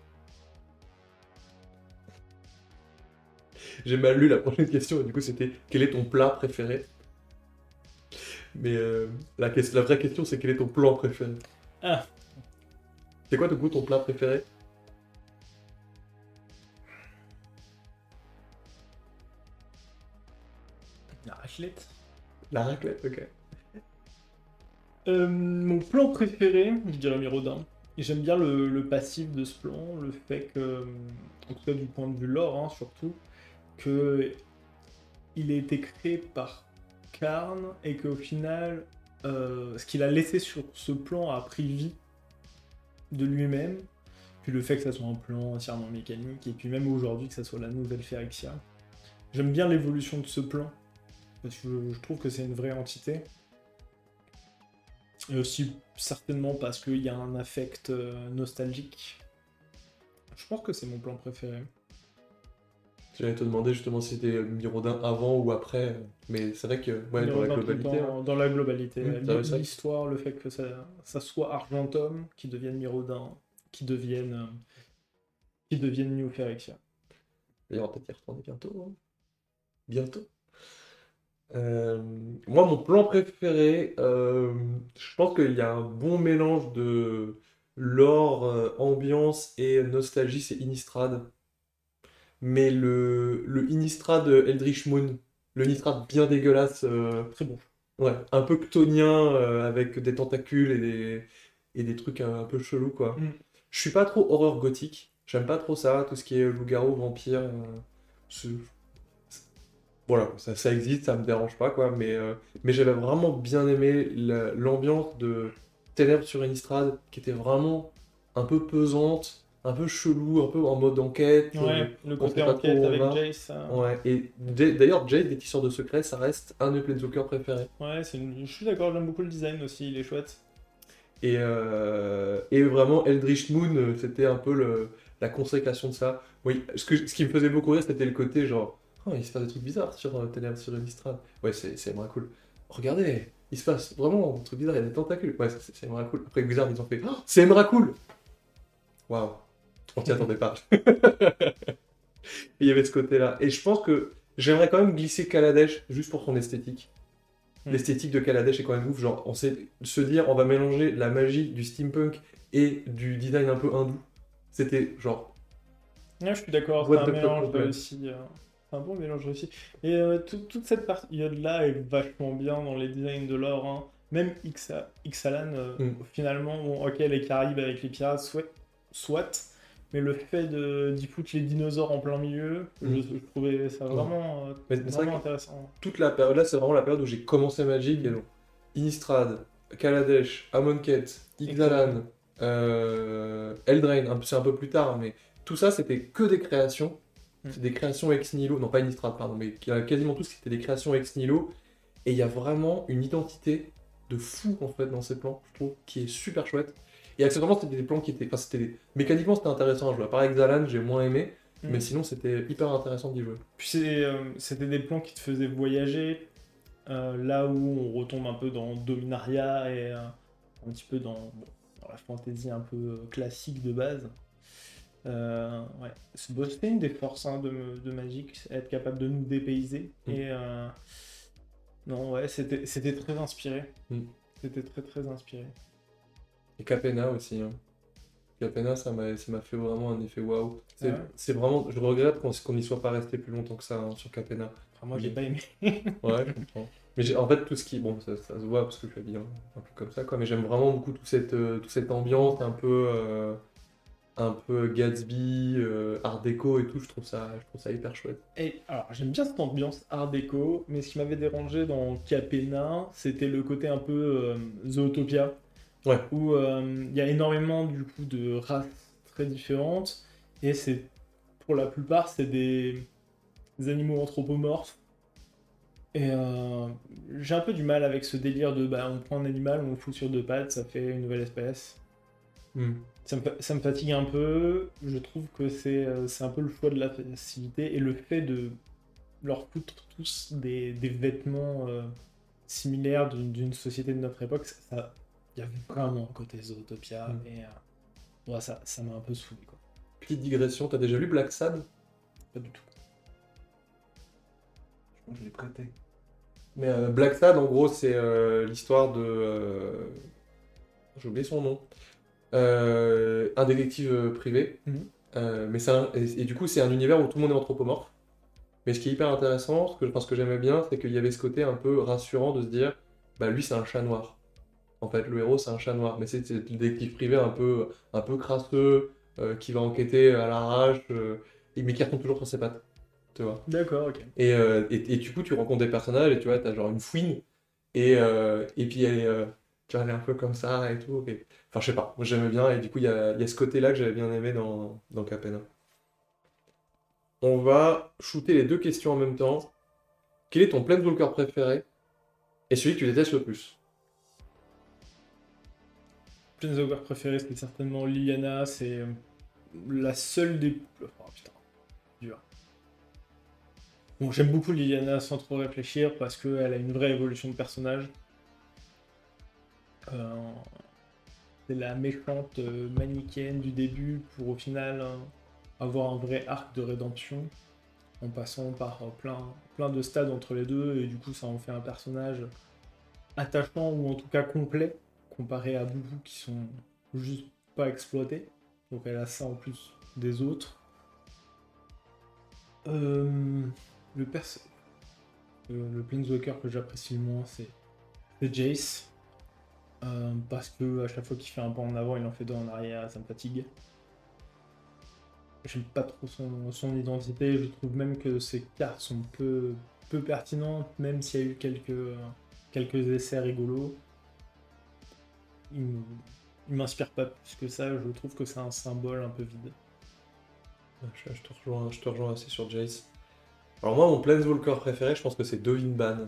J'ai mal lu la prochaine question, et du coup, c'était quel est ton plat préféré? Mais euh, la, ques- la vraie question, c'est quel est ton plan préféré? Ah, C'est quoi, du coup, ton plat préféré? la raclette. La raclette, ok. Euh, mon plan préféré, je dirais Mirodin. Et j'aime bien le, le passif de ce plan, le fait que, en tout cas du point de vue lore, hein, surtout, que il a été créé par incarne et qu'au final, euh, ce qu'il a laissé sur ce plan a pris vie de lui-même. Puis le fait que ça soit un plan entièrement mécanique, et puis même aujourd'hui que ça soit la nouvelle Phyrexia. J'aime bien l'évolution de ce plan, parce que je, je trouve que c'est une vraie entité. Et aussi certainement parce qu'il y a un affect euh, nostalgique. Je pense que c'est mon plan préféré. J'allais te demander justement si c'était Miraudin avant ou après, mais c'est vrai que ouais, dans la globalité. Dans, hein. dans la globalité. Mmh, ça, c'est vrai. L'histoire, le fait que ça, ça soit Argentum qui devienne Miraudin, qui devienne, euh, qui devienne New Phyrexia. D'ailleurs, on va peut-être y retourner bientôt. hein. Bientôt. Euh, moi, mon plan préféré, euh, je pense qu'il y a un bon mélange de lore, euh, ambiance et nostalgie, c'est Innistrad. Mais le, le Innistrad Eldritch Moon, le Innistrad bien dégueulasse, euh, Très bon. ouais, un peu chtonien, euh, avec des tentacules et des, et des trucs un, un peu chelous, quoi. Mm. Je suis pas trop horreur gothique, j'aime pas trop ça, tout ce qui est loup-garou, vampire. euh, c'est- c'est- Voilà, ça, ça existe, ça me dérange pas, quoi. Mais, euh, mais j'avais vraiment bien aimé la- l'ambiance de Ténèbres sur Innistrad, qui était vraiment un peu pesante, un peu chelou, un peu en mode enquête. euh, Ouais, le on côté sait pas enquête trop où on avec va. Jace, ça... Ouais, et Jade- d'ailleurs, Jade, des Tisseurs de Secrets, ça reste un de mes Planeswalkers préférés. Ouais, c'est une... je suis d'accord, j'aime beaucoup le design aussi, il est chouette. Et, euh, et vraiment, Eldritch Moon, euh, c'était un peu le, la consécration de ça. Oui, ce, que, ce qui me faisait beaucoup rire, c'était le côté genre, oh, il se passe des trucs bizarres sur euh, Ténèbres sur Innistrad. Ouais, c'est c'est vraiment cool. Regardez, il se passe vraiment des trucs bizarres, il y a des tentacules. Ouais, c'est c'est vraiment cool. Après, Blizzard, ils ont fait, oh, c'est vraiment cool. Waouh, on t'y attendait pas. Il y avait ce côté-là. Et je pense que j'aimerais quand même glisser Kaladesh juste pour son esthétique. Mm. L'esthétique de Kaladesh est quand même ouf. Genre, on sait se dire, on va mélanger la magie du steampunk et du design un peu hindou. C'était genre. Ouais, je suis d'accord, c'est What un the fuck mélange complet. réussi. euh, C'est un bon mélange réussi. Et euh, tout- toute cette partie-là est vachement bien dans les designs de l'or. hein. Même Ixa- Ixalan, euh, Mm. finalement, bon, ok, les Caraïbes avec les pirates, soit, soit mais le fait de- d'y foutre les dinosaures en plein milieu, je, Mm. je trouvais ça vraiment, euh, Mais c'est vrai vraiment que intéressant. toute la période là, c'est vraiment la période où j'ai commencé Magic. Et donc, Innistrad, Kaladesh, Amonkhet, Ixalan, euh, Eldraine, un peu- c'est un peu plus tard, mais tout ça c'était que des créations. Mm. C'est des créations ex nihilo, non pas Innistrad, pardon, mais quasiment tout c'était des créations ex nihilo. Et il y a vraiment une identité de fou en fait dans ces plans, je trouve, qui est super chouette. Et accessoirement, c'était des plans qui étaient. Enfin, c'était des- mécaniquement, c'était intéressant à jouer. Par Exalan, j'ai moins aimé, Mm. mais sinon, c'était hyper intéressant d'y jouer. Puis c'est, euh, c'était des plans qui te faisaient voyager, euh, là où on retombe un peu dans Dominaria et euh, un petit peu dans, bon, dans la fantasy un peu euh, classique de base. Euh, ouais. C'est bon, c'était une des forces hein, de, de Magic, c'est être capable de nous dépayser. Mm. Et euh, non, ouais, c'était, c'était très inspiré. Mm. C'était très très inspiré. Et Capenna aussi. Hein. Capenna, ça m'a ça m'a fait vraiment un effet waouh. C'est Ah ouais c'est vraiment. Je regrette qu'on qu'on n'y soit pas resté plus longtemps que ça hein, sur Capenna. Enfin, moi, j'ai Mm. pas aimé. Ouais, je comprends. Mais j'ai- en fait, tout ce qui. Bon, ça, ça se voit parce que je suis habillé un, un peu comme ça, quoi. Mais j'aime vraiment beaucoup toute cette, euh, toute cette ambiance un peu. euh, un peu Gatsby, euh, Art déco et tout. Je trouve ça, je trouve ça hyper chouette. Et alors, j'aime bien cette ambiance art déco, mais ce qui m'avait dérangé dans Capenna, c'était le côté un peu euh, Zootopia, Ouais. où euh, il y a énormément du coup de races très différentes, et c'est pour la plupart c'est des, des animaux anthropomorphes. Et euh, j'ai un peu du mal avec ce délire de bah on prend un animal, on le fout sur deux pattes, ça fait une nouvelle espèce. Mm. Ça me, fa- ça me fatigue un peu. Je trouve que c'est euh, c'est un peu le choix de la facilité et le fait de leur foutre tous des, des vêtements euh, similaires d'une d'une société de notre époque, ça, il y a vraiment un côté Zootopia Mm. et euh, ouais, ça ça m'a un peu saoulé quoi. Petite digression, t'as déjà lu Black Sad? Pas du tout. Je crois que je l'ai prêté. Mais euh, Black Sad, en gros, c'est euh, l'histoire de. euh, J'ai oublié son nom. Euh, un détective euh, privé. Mhm. Euh, mais c'est un- et, et du coup, c'est un univers où tout le monde est anthropomorphe. Mais ce qui est hyper intéressant, ce que, enfin, ce que j'aimais bien, c'est qu'il y avait ce côté un peu rassurant de se dire bah lui, c'est un chat noir. En fait, le héros, c'est un chat noir. Mais c'est c'est le détective privé un peu, un peu crasseux, euh, qui va enquêter à l'arrache, euh, et- mais qui retombe toujours sur ses pattes. tu vois. D'accord, ok. Et, euh, et, et du coup, tu rencontres des personnages et tu vois, t'as genre une fouine, et, euh, et puis elle est, euh, tu vois, elle est un peu comme ça et tout. et- Enfin, je sais pas, moi j'aimais bien, et du coup, il y a, il y a ce côté-là que j'avais bien aimé dans, dans Capena. On va shooter les deux questions en même temps. Quel est ton Planeswalker préféré et celui que tu détestes le plus? Planeswalker préféré, c'est certainement Liliana, c'est euh, la seule des... Oh putain, dur. Bon, j'aime beaucoup Liliana sans trop réfléchir parce qu'elle a une vraie évolution de personnage. Euh, c'est la méchante euh, manichéenne du début pour au final euh, avoir un vrai arc de rédemption en passant par euh, plein, plein de stades entre les deux et du coup ça en fait un personnage attachant ou en tout cas complet comparé à beaucoup qui sont juste pas exploités. Donc elle a ça en plus des autres. Euh, le, perso... euh, le Planeswalker que j'apprécie le moins c'est c'est Jace. Euh, parce que à chaque fois qu'il fait un pas en avant, il en fait deux en arrière, ça me fatigue. J'aime pas trop son, son identité, je trouve même que ses cartes sont peu, peu pertinentes, même s'il y a eu quelques, euh, quelques essais rigolos. Il, m- il m'inspire pas plus que ça, je trouve que c'est un symbole un peu vide. Je, je te rejoins, je te rejoins assez sur Jace. Alors moi, mon Planeswalker préféré, je pense que c'est Dovinban.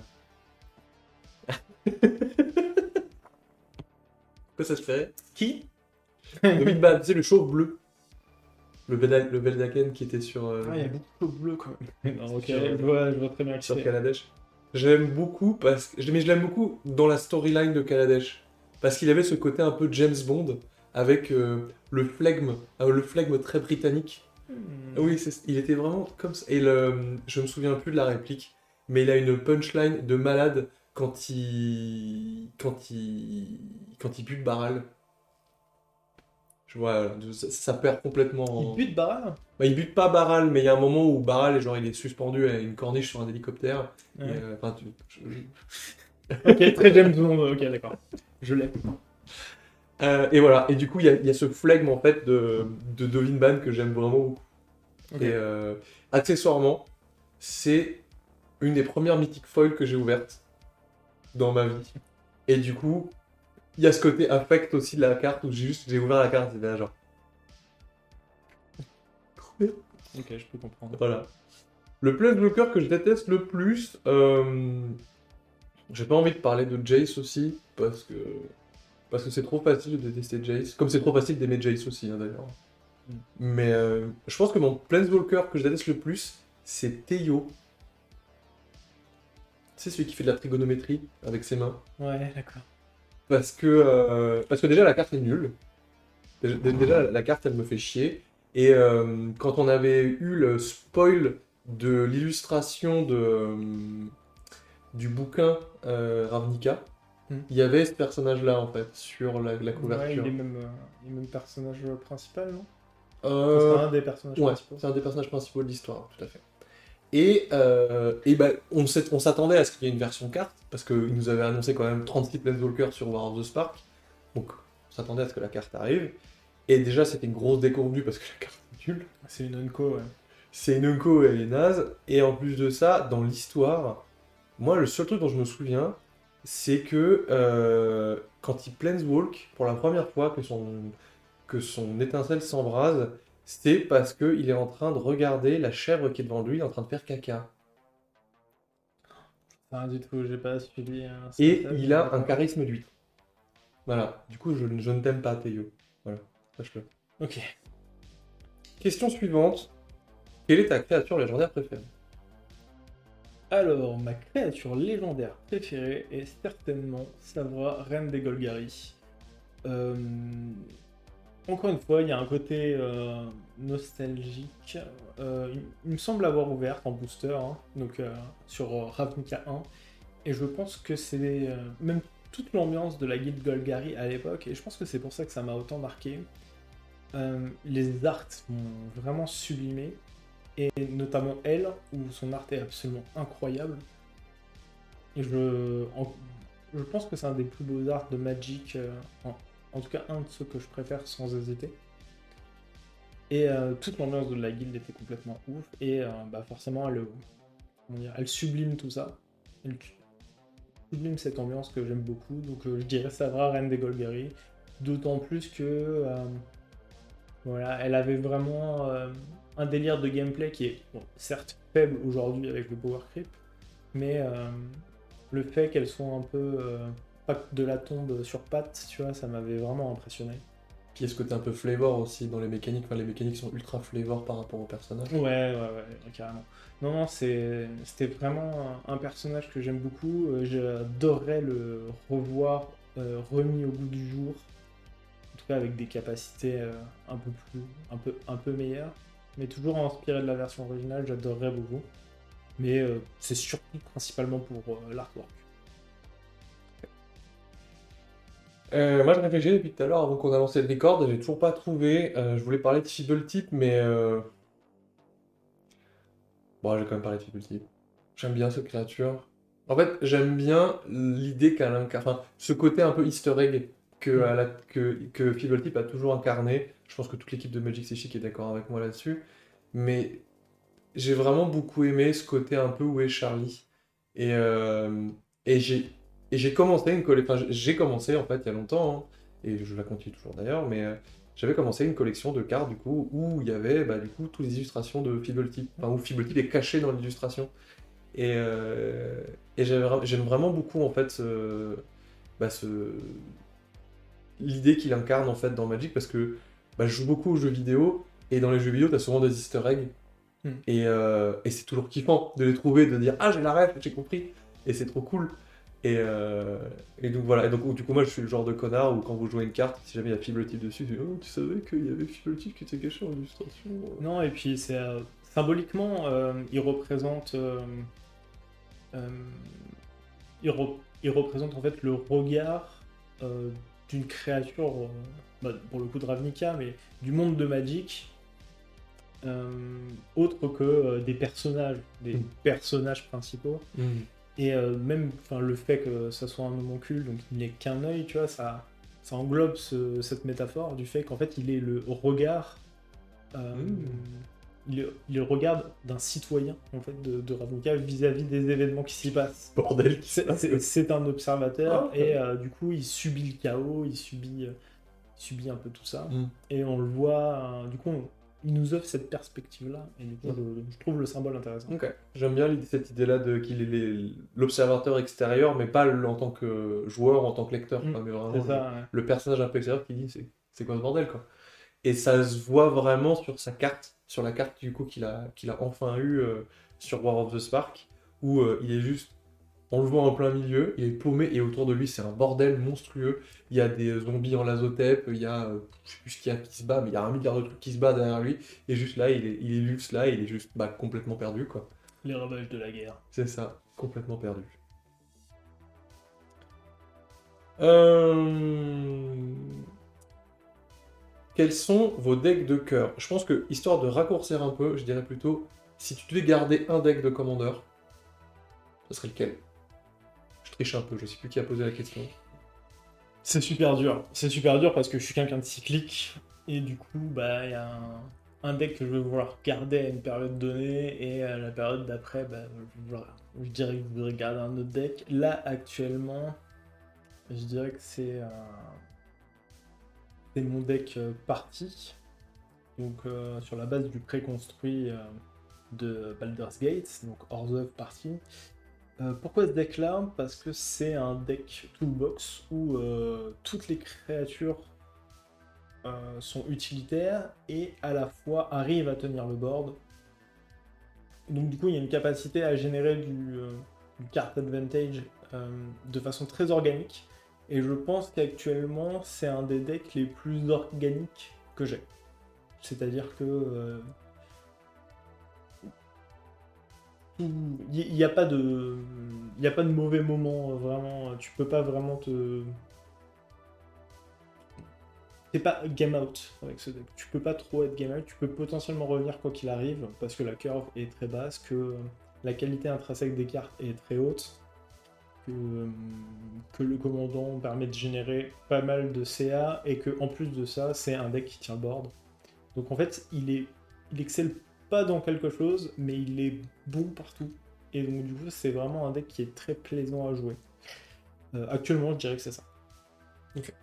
Pourquoi ça te fait? Qui? Dovinban, tu sais, le chauve bleu. Le, Velda- le Veldaken qui était sur, euh, Ah, il y a beaucoup de bleu quand même. Non, ok, sur, euh, je vois, je vois très bien qui sur c'est. Kaladesh. Je l'aime beaucoup parce que. je- Mais je l'aime beaucoup dans la storyline de Kaladesh. Parce qu'il avait ce côté un peu James Bond avec euh, le flegme, euh, le flegme très britannique. Hmm. Oui, c'est- il était vraiment comme ça. Et le, je me souviens plus de la réplique, mais il a une punchline de malade quand il, quand il, quand il bute Baral. Je vois, ça, ça perd complètement. Il en- bute Baral? Bah, il bute pas Baral, mais il y a un moment où Baral, genre, il est suspendu à une corniche sur un hélicoptère. Et, Ouais. euh, enfin, tu- je- je- Ok, très James Bond, ok, d'accord. Je l'ai. Euh, et voilà. Et du coup, il y a, il y a ce flegme en fait de, de Dovin Ban que j'aime vraiment beaucoup. Ok. Et euh, accessoirement, c'est une des premières mythiques foils que j'ai ouvertes dans ma vie. Et du coup, il y a ce côté affect aussi de la carte où j'ai juste j'ai ouvert la carte et bien genre. Trop bien. Ok, je peux comprendre. Voilà. Le Planeswalker que je déteste le plus, euh, j'ai pas envie de parler de Jace aussi parce que parce que c'est trop facile de détester Jace, comme c'est trop facile d'aimer Jace aussi hein, d'ailleurs. Mm. Mais euh, je pense que mon Planeswalker que je déteste le plus, c'est Teio. C'est celui qui fait de la trigonométrie avec ses mains. Ouais, d'accord. Parce que, euh, parce que déjà la carte est nulle. Déjà, déjà, la carte elle me fait chier. Et euh, quand on avait eu le spoil de l'illustration de, euh, du bouquin euh, Ravnica, Hmm. il y avait ce personnage-là en fait sur la, la Ouais, couverture. il est même, euh, il est même personnage principal, non? Euh, C'est un des personnages ouais, principaux. c'est un des personnages principaux de l'histoire, tout à fait. Et, euh, et ben, on s'est- on s'attendait à ce qu'il y ait une version carte, parce qu'ils nous avaient annoncé quand même trente-six Planeswalkers sur War of the Spark, donc on s'attendait à ce que la carte arrive. Et déjà, c'était une grosse déconvenue parce que la carte est nulle. C'est une Unco, ouais. C'est une Unco, elle est naze. Et en plus de ça, dans l'histoire, moi, le seul truc dont je me souviens, c'est que euh, quand il Planeswalk, pour la première fois que son, que son étincelle s'embrase, c'est parce qu'il est en train de regarder la chèvre qui est devant lui, il est en train de faire caca. Rien du tout, j'ai pas suivi un ce Et passage, il mais a un d'accord. charisme d'huître. Voilà. Du coup, je, je ne t'aime pas, Théo. Voilà. Sache-le. Ok. Question suivante. Quelle est ta créature légendaire préférée? Alors, ma créature légendaire préférée est certainement Savra, reine des Golgari. Euh, Encore une fois, il y a un côté euh, nostalgique. Euh, il, il me semble avoir ouvert en booster, hein, donc euh, sur euh, Ravnica un. Et je pense que c'est euh, même toute l'ambiance de la guilde Golgari à l'époque, et je pense que c'est pour ça que ça m'a autant marqué. Euh, les arts m'ont vraiment sublimé, et notamment elle, où son art est absolument incroyable. Et je, en- je pense que c'est un des plus beaux arts de Magic, euh, en, en tout cas un de ceux que je préfère sans hésiter. Et euh, toute l'ambiance de la guilde était complètement ouf, et euh, bah forcément elle, comment dire, elle sublime tout ça. Elle sublime cette ambiance que j'aime beaucoup, donc euh, je dirais Savra, Reine des Golgari, d'autant plus que euh, voilà, elle avait vraiment euh, un délire de gameplay qui est bon, certes faible aujourd'hui avec le power creep, mais euh, le fait qu'elles sont un peu euh, pas de la tombe sur pattes, tu vois, ça m'avait vraiment impressionné. Puis il y a ce côté un peu flavor aussi dans les mécaniques, enfin les mécaniques sont ultra flavor par rapport au personnage. Ouais, ouais, ouais, carrément. Non, non, c'est, c'était vraiment un, un personnage que j'aime beaucoup. Euh, j'adorerais le revoir euh, remis au goût du jour. En tout cas, avec des capacités euh, un peu plus, un peu, un peu meilleures. Mais toujours inspiré de la version originale, j'adorerais beaucoup. Mais euh, c'est surtout principalement pour euh, l'artwork. Euh, moi je réfléchis depuis tout à l'heure avant qu'on a lancé le record, j'ai toujours pas trouvé. Euh, je voulais parler de Feebletyp, mais euh... bon, j'ai quand même parlé de Feebletyp. J'aime bien cette créature. En fait, j'aime bien l'idée qu'elle incarne, enfin, ce côté un peu easter egg que, Mm. elle a- que, que Feebletyp a toujours incarné. Je pense que toute l'équipe de Magic Psychic est d'accord avec moi là-dessus. Mais j'ai vraiment beaucoup aimé ce côté un peu où est Charlie. Et, euh, et j'ai et j'ai commencé une collection, enfin, j'ai commencé en fait il y a longtemps, hein, et je la continue toujours d'ailleurs, mais euh, j'avais commencé une collection de cartes du coup où il y avait bah, du coup toutes les illustrations de Feebletyp, enfin où Feebletyp est caché dans l'illustration. Et, euh, et j'avais vra- j'aime vraiment beaucoup en fait ce, bah, ce, l'idée qu'il incarne en fait dans Magic parce que bah, je joue beaucoup aux jeux vidéo et dans les jeux vidéo t'as souvent des easter eggs. Mm. Et, euh, et c'est toujours kiffant de les trouver, de dire ah j'ai la ref, j'ai compris, et c'est trop cool. Et, euh, et donc voilà, et donc du coup moi je suis le genre de connard où quand vous jouez une carte, si jamais il y a Feebletyp dessus, tu dis oh tu savais qu'il y avait Feebletyp qui était caché en illustration. Non, et puis c'est euh, symboliquement, euh, il représente, euh, euh, il, re- il représente en fait le regard euh, d'une créature, euh, bah, pour le coup de Ravnica, mais du monde de Magic, euh, autre que euh, des personnages, des Mm. personnages principaux. Et euh, même, enfin, le fait que ça soit un homoncule, donc il n'est qu'un œil, tu vois, ça, ça englobe ce- cette métaphore du fait qu'en fait il est le regard, euh, Mm. il, est, il est le regard d'un citoyen en fait de, de Ravnica vis-à-vis des événements qui s'y passent. Bordel qui se C'est, passe. c'est- c'est un observateur Ah, et ouais. euh, du coup il subit le chaos, il subit, euh, il subit un peu tout ça. Mm. Et on le voit, euh, du coup, on- il nous offre cette perspective-là. Et du coup, Mm. je, je trouve le symbole intéressant. Ok. J'aime bien l'idée- cette idée-là de qu'il est les- l'observateur extérieur, mais pas le- en tant que joueur, en tant que lecteur, Mm. quoi, mais vraiment C'est le, ça, ouais. le personnage un peu extérieur qui dit c'est c'est quoi ce bordel quoi. Et ça se voit vraiment sur sa carte, sur la carte du coup qu'il a, qu'il a enfin eu euh, sur War of the Spark, où euh, il est juste, on le voit en plein milieu, il est paumé et autour de lui c'est un bordel monstrueux. Il y a des zombies en lazotep, il y a, euh, je sais plus ce qu'il y a qui se bat, mais il y a un milliard de trucs qui se battent derrière lui. Et juste là, il est, il est juste là, il est juste bah, complètement perdu quoi. Les ravages de la guerre. C'est ça, complètement perdu. Euh... Quels sont vos decks de cœur? Je pense que, histoire de raccourcir un peu, je dirais plutôt, si tu devais garder un deck de commandeur, ce serait lequel? Je triche un peu, je sais plus qui a posé la question. C'est super dur. C'est super dur parce que je suis quelqu'un de cyclique. Et du coup, bah, il y a un, un deck que je vais vouloir garder à une période donnée. Et à la période d'après, bah, je, voilà, je dirais que je voudrais garder un autre deck. Là, actuellement, je dirais que c'est euh, c'est mon deck euh, parti. Donc, euh, sur la base du préconstruit euh, de Baldur's Gate, donc Orzhov parti. Euh, pourquoi ce deck-là? Parce que c'est un deck toolbox où euh, toutes les créatures euh, sont utilitaires et à la fois arrivent à tenir le board. Donc du coup, il y a une capacité à générer du, euh, du card advantage euh, de façon très organique. Et je pense qu'actuellement, c'est un des decks les plus organiques que j'ai. C'est-à-dire que euh, il n'y a pas de il y a pas de mauvais moment, euh, vraiment, tu peux pas vraiment te t'es pas game out avec ce deck, tu peux pas trop être game out, tu peux potentiellement revenir quoi qu'il arrive parce que la curve est très basse, que la qualité intrinsèque des cartes est très haute, que, que le commandant permet de générer pas mal de C A et que en plus de ça c'est un deck qui tient le board. Donc en fait, il est, il excelle pas dans quelque chose, mais il est bon partout. Et donc du coup, c'est vraiment un deck qui est très plaisant à jouer. Euh, actuellement, je dirais que c'est ça. Ok.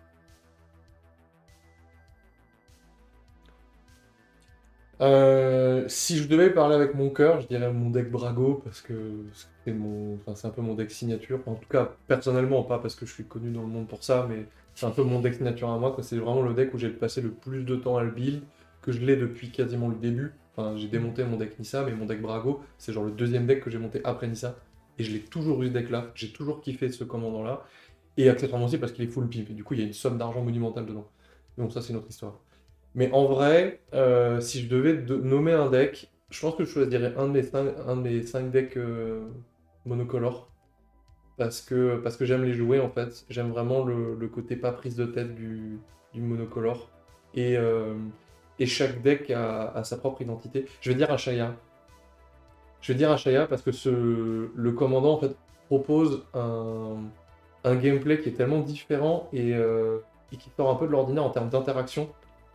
Euh, si je devais parler avec mon cœur, je dirais mon deck Brago parce que c'est mon, enfin, c'est un peu mon deck signature. En tout cas, personnellement, pas parce que je suis connu dans le monde pour ça, mais c'est un peu mon deck signature à moi, quoi. C'est vraiment le deck où j'ai passé le plus de temps à le build, que je l'ai depuis quasiment le début. Enfin, j'ai démonté mon deck Nissa, mais mon deck Brago, c'est genre le deuxième deck que j'ai monté après Nissa. Et je l'ai toujours eu ce deck-là. J'ai toujours kiffé ce commandant-là. Et accessoirement aussi parce qu'il est full pimp. Et du coup, il y a une somme d'argent monumentale dedans. Donc ça, c'est notre histoire. Mais en vrai, euh, si je devais de- nommer un deck, je pense que je choisirais un de mes cinq, un de mes cinq decks euh, monocolores. Parce que, parce que j'aime les jouer en fait. J'aime vraiment le, le côté pas prise de tête du, du monocolore. Et, euh, et chaque deck a, a sa propre identité. Je vais dire Ashaya. Je vais dire Ashaya parce que ce, le commandant en fait propose un, un gameplay qui est tellement différent et, euh, et qui sort un peu de l'ordinaire en termes d'interaction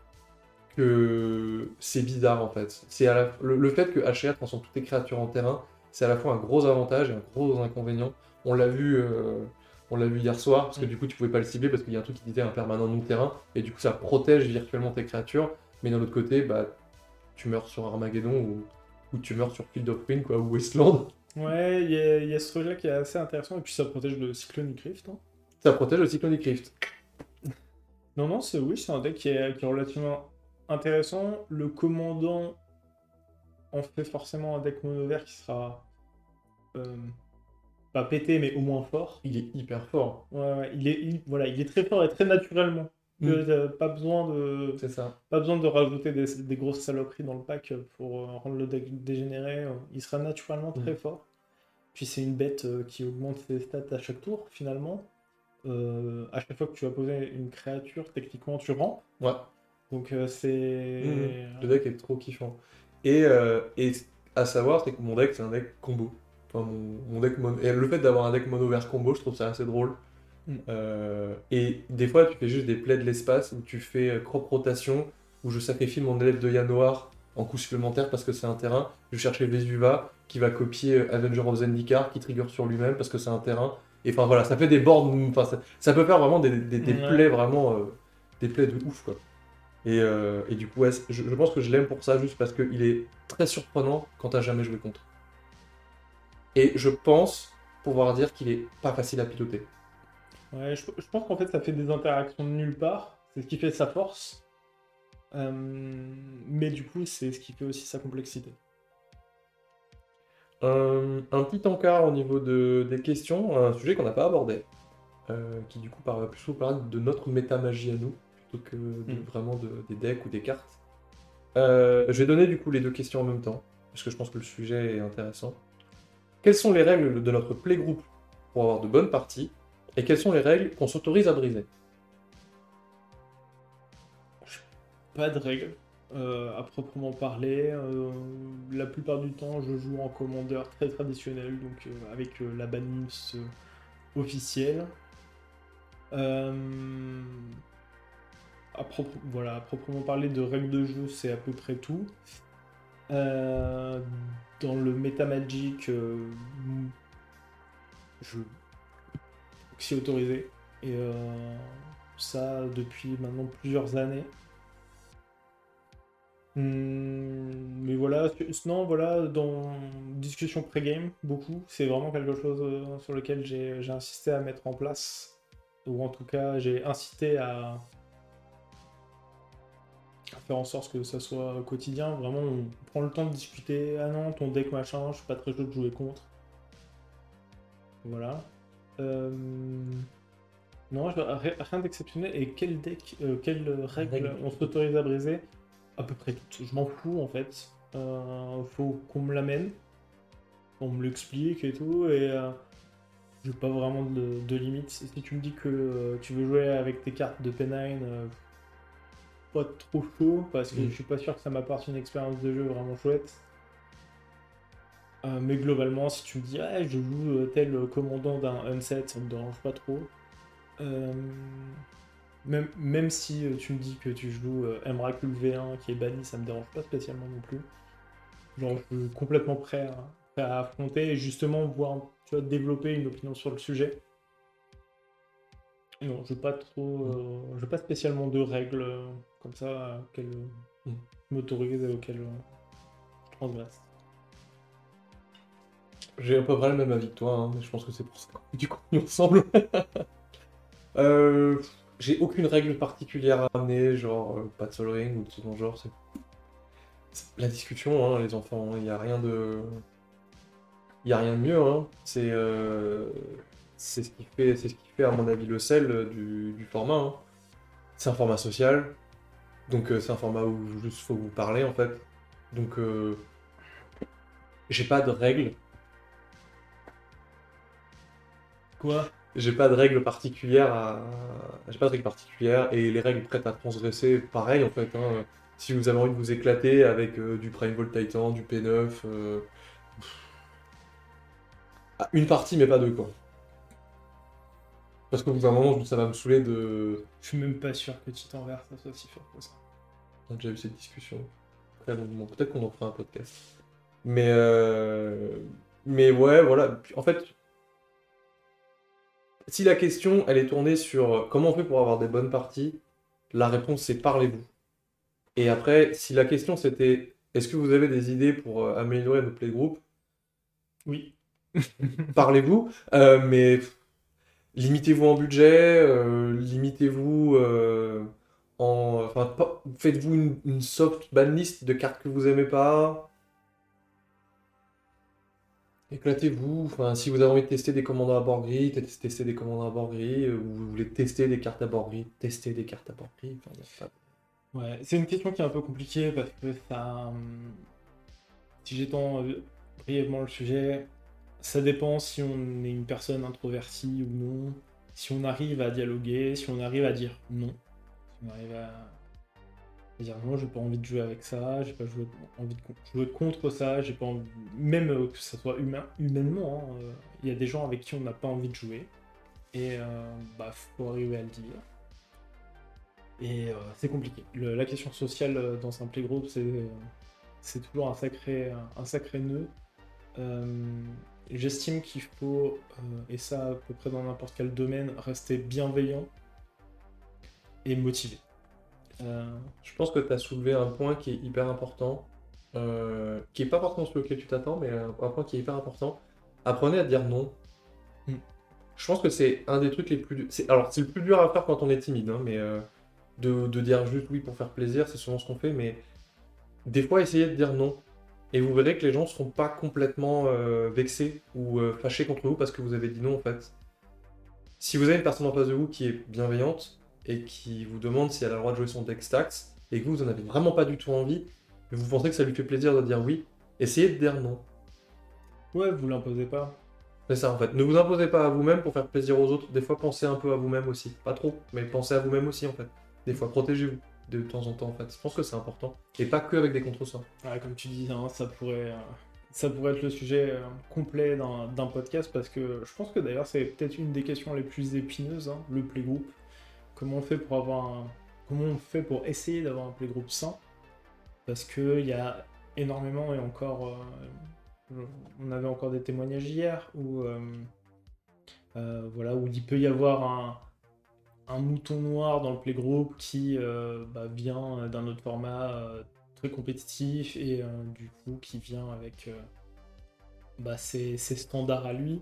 que c'est bizarre en fait. C'est à la- le, le fait que H R transforme toutes les créatures en terrain, c'est à la fois un gros avantage et un gros inconvénient. On l'a vu, euh, on l'a vu hier soir, parce que Mm. du coup tu pouvais pas le cibler parce qu'il y a un truc qui disait un permanent non terrain, et du coup ça protège virtuellement tes créatures, mais d'un autre côté, bah tu meurs sur Armageddon ou, ou tu meurs sur Field of Wind quoi, ou Wasteland. Ouais, il y, a- il y a ce truc-là qui est assez intéressant, et puis ça protège le Cyclonic Rift, hein. Ça protège le Cyclonic Rift. Non, non, c'est oui, c'est un deck qui est, qui est relativement intéressant. Le commandant en fait forcément un deck mono vert qui sera euh, pas pété, mais au moins fort. Il est hyper fort. Ouais, ouais, il est, il- voilà, il est très fort et très naturellement. Mm. Euh, euh, pas besoin de, C'est ça. pas besoin de rajouter des, des grosses saloperies dans le pack pour euh, rendre le deck dégénéré. Il sera naturellement très Mm. fort. Puis c'est une bête euh, qui augmente ses stats à chaque tour, finalement. Euh, à chaque fois que tu vas poser une créature, techniquement tu rampes. Ouais. Donc euh, c'est... Mhm. Le deck est trop kiffant. Et, euh, et à savoir, c'est que mon deck, c'est un deck combo. Enfin, mon, mon deck mono... Et le fait d'avoir un deck mono vert combo, je trouve ça assez drôle. Mm. Euh, et des fois, tu fais juste des plays de l'espace où tu fais euh, crop rotation, où je sacrifie mon élève de Noir en coup supplémentaire parce que c'est un terrain. Je cherchais Vesuva qui va copier euh, Avenger of Zendikar qui trigger sur lui-même parce que c'est un terrain. Et enfin voilà, ça fait des boards. Enfin, ça, ça peut faire vraiment des, des, des Ouais. plays vraiment. euh, des plays de ouf quoi. Et, euh, et du coup, ouais, je, je pense que je l'aime pour ça, juste parce qu'il est très surprenant quand t'as jamais joué contre. Et je pense pouvoir dire qu'il est pas facile à piloter. Ouais, je, je pense qu'en fait ça fait des interactions de nulle part. C'est ce qui fait sa force. Euh, mais du coup, c'est ce qui fait aussi sa complexité. Un, un petit encart au niveau de, des questions, un sujet qu'on n'a pas abordé, euh, qui du coup parle plus parler de notre méta-magie à nous, plutôt que de, Mm. vraiment de, des decks ou des cartes. Euh, je vais donner du coup les deux questions en même temps, parce que je pense que le sujet est intéressant. Quelles sont les règles de notre playgroup pour avoir de bonnes parties, et quelles sont les règles qu'on s'autorise à briser? Pas de règles euh, à proprement parler. Euh, la plupart du temps, je joue en commandeur très traditionnel, donc euh, avec euh, la bannice euh, officielle. Euh, à, propre- voilà, à proprement parler de règles de jeu, c'est à peu près tout. Euh, dans le Metamagic, euh, je suis autorisé. Et euh, ça depuis maintenant plusieurs années. Hmm, mais voilà, sinon, voilà, dans discussion pré-game, beaucoup, c'est vraiment quelque chose euh, sur lequel j'ai j'ai insisté à mettre en place. Ou en tout cas, j'ai incité à, à faire en sorte que ça soit quotidien. Vraiment, on prend le temps de discuter. Ah non, ton deck machin, je suis pas très chaud de jouer contre. Voilà. Euh, Non, je- ri- rien d'exceptionnel. Et quel deck, euh, quelle règle Règle. on s'autorise à briser? À peu près toutes. Je m'en fous en fait. Euh, faut qu'on me l'amène, qu'on me l'explique et tout. Et euh, j'ai pas vraiment de, de limite. Si tu me dis que euh, tu veux jouer avec tes cartes de P neuf, euh, pas trop chaud parce que Mm. je suis pas sûr que ça m'apporte une expérience de jeu vraiment chouette. Euh, mais globalement, si tu me dis ah, je joue euh, tel commandant d'un unset, ça me dérange pas trop. Euh, même, même si euh, tu me dis que tu joues euh, Emrakul V un qui est banni, ça me dérange pas spécialement non plus. Genre, je suis complètement prêt à, prêt à affronter et justement voir, tu vois, développer une opinion sur le sujet. Non, je n'ai pas trop, euh, je veux pas spécialement de règles euh, comme ça euh, qu'elles euh, Mm. m'autorisent et auxquelles euh, je transgresse. J'ai à peu près le même avis que toi, hein, mais je pense que c'est pour ça qu'on fait du contenu ensemble. euh, j'ai aucune règle particulière à amener, genre euh, pas de Sol Ring ou de ce genre. C'est c'est la discussion, hein, les enfants. Il n'y a rien de, il y a rien de mieux. Hein. C'est euh, c'est ce qui fait, c'est ce qui fait à mon avis le sel euh, du, du format. Hein. C'est un format social, donc euh, c'est un format où juste faut vous parler en fait. Donc euh, j'ai pas de règles. Quoi? J'ai pas de règles particulières à... J'ai pas de règles particulières, et les règles prêtes à transgresser, pareil en fait. Hein. Si vous avez envie de vous éclater avec euh, du Primeval Titan, du P neuf... euh, ah, une partie mais pas deux quoi. Parce qu'au bout d'un moment, ça va me saouler de... Je suis même pas sûr que Titan Vert ça soit si fort que ça. On a déjà eu cette discussion. Très longuement. Peut-être qu'on en fera un podcast. Mais... euh, Mais ouais, voilà. Puis, en fait... Si la question, elle est tournée sur comment on fait pour avoir des bonnes parties, la réponse c'est parlez-vous. Et après, si la question c'était est-ce que vous avez des idées pour euh, améliorer notre playgroup, Oui. parlez-vous, euh, mais pff, limitez-vous en budget, euh, limitez-vous euh, en. Enfin, pas- faites-vous une, une soft banlist de cartes que vous aimez pas. Éclatez-vous. Enfin, si vous avez envie de tester des commandants à bord gris, testez tester des commandants à bord gris, euh, ou vous voulez tester des cartes à bord gris, testez des cartes à bord gris. Enfin, y a pas- Ouais, c'est une question qui est un peu compliquée parce que ça. hum, Si j'étends euh, brièvement le sujet, ça dépend si on est une personne introvertie ou non, si on arrive à dialoguer, si on arrive à dire non, si on arrive à, à dire non, j'ai pas envie de jouer avec ça, j'ai pas joué- envie de con- jouer contre ça, j'ai pas envie, même euh, que ça soit humain, humainement, hein, euh, il y a des gens avec qui on n'a pas envie de jouer, et euh, bah faut arriver à le dire. Et euh, c'est compliqué. Le- la question sociale euh, dans un playgroup, c'est euh, c'est toujours un sacré, un sacré nœud. Euh, J'estime qu'il faut, euh, et ça à peu près dans n'importe quel domaine, rester bienveillant et motivé. Euh, Je pense que tu as soulevé un point qui est hyper important, euh, qui est pas forcément celui auquel tu t'attends, mais un, un point qui est hyper important. Apprenez à dire non. Mm. Je pense que c'est un des trucs les plus... c'est- Alors, c'est le plus dur à faire quand on est timide, hein, mais euh, de, de dire juste oui pour faire plaisir, c'est souvent ce qu'on fait, mais des fois, essayez de dire non. Et vous verrez que les gens ne seront pas complètement euh, vexés ou euh, fâchés contre vous parce que vous avez dit non, en fait. Si vous avez une personne en face de vous qui est bienveillante et qui vous demande si elle a le droit de jouer son deck stacks et que vous, vous en avez vraiment pas du tout envie, mais vous pensez que ça lui fait plaisir de dire oui, essayez de dire non. Ouais, vous l'imposez pas. C'est ça en fait. Ne vous imposez pas à vous-même pour faire plaisir aux autres. Des fois, pensez un peu à vous-même aussi. Pas trop, mais pensez à vous-même aussi en fait. Des fois, protégez-vous de temps en temps en fait. Je pense que c'est important. Et pas que avec des contresorts. Ouais, comme tu dis, hein, ça pourrait, euh, ça pourrait être le sujet euh, complet d'un d'un podcast parce que je pense que d'ailleurs c'est peut-être une des questions les plus épineuses, hein, le playgroup. Comment on fait pour avoir un... Comment on fait pour essayer d'avoir un playgroup sain? Parce qu'il y a énormément et encore... euh, on avait encore des témoignages hier où, euh, euh, voilà, où il peut y avoir un, un mouton noir dans le playgroup qui euh, bah, vient d'un autre format euh, très compétitif et euh, du coup qui vient avec euh, bah, ses, ses standards à lui,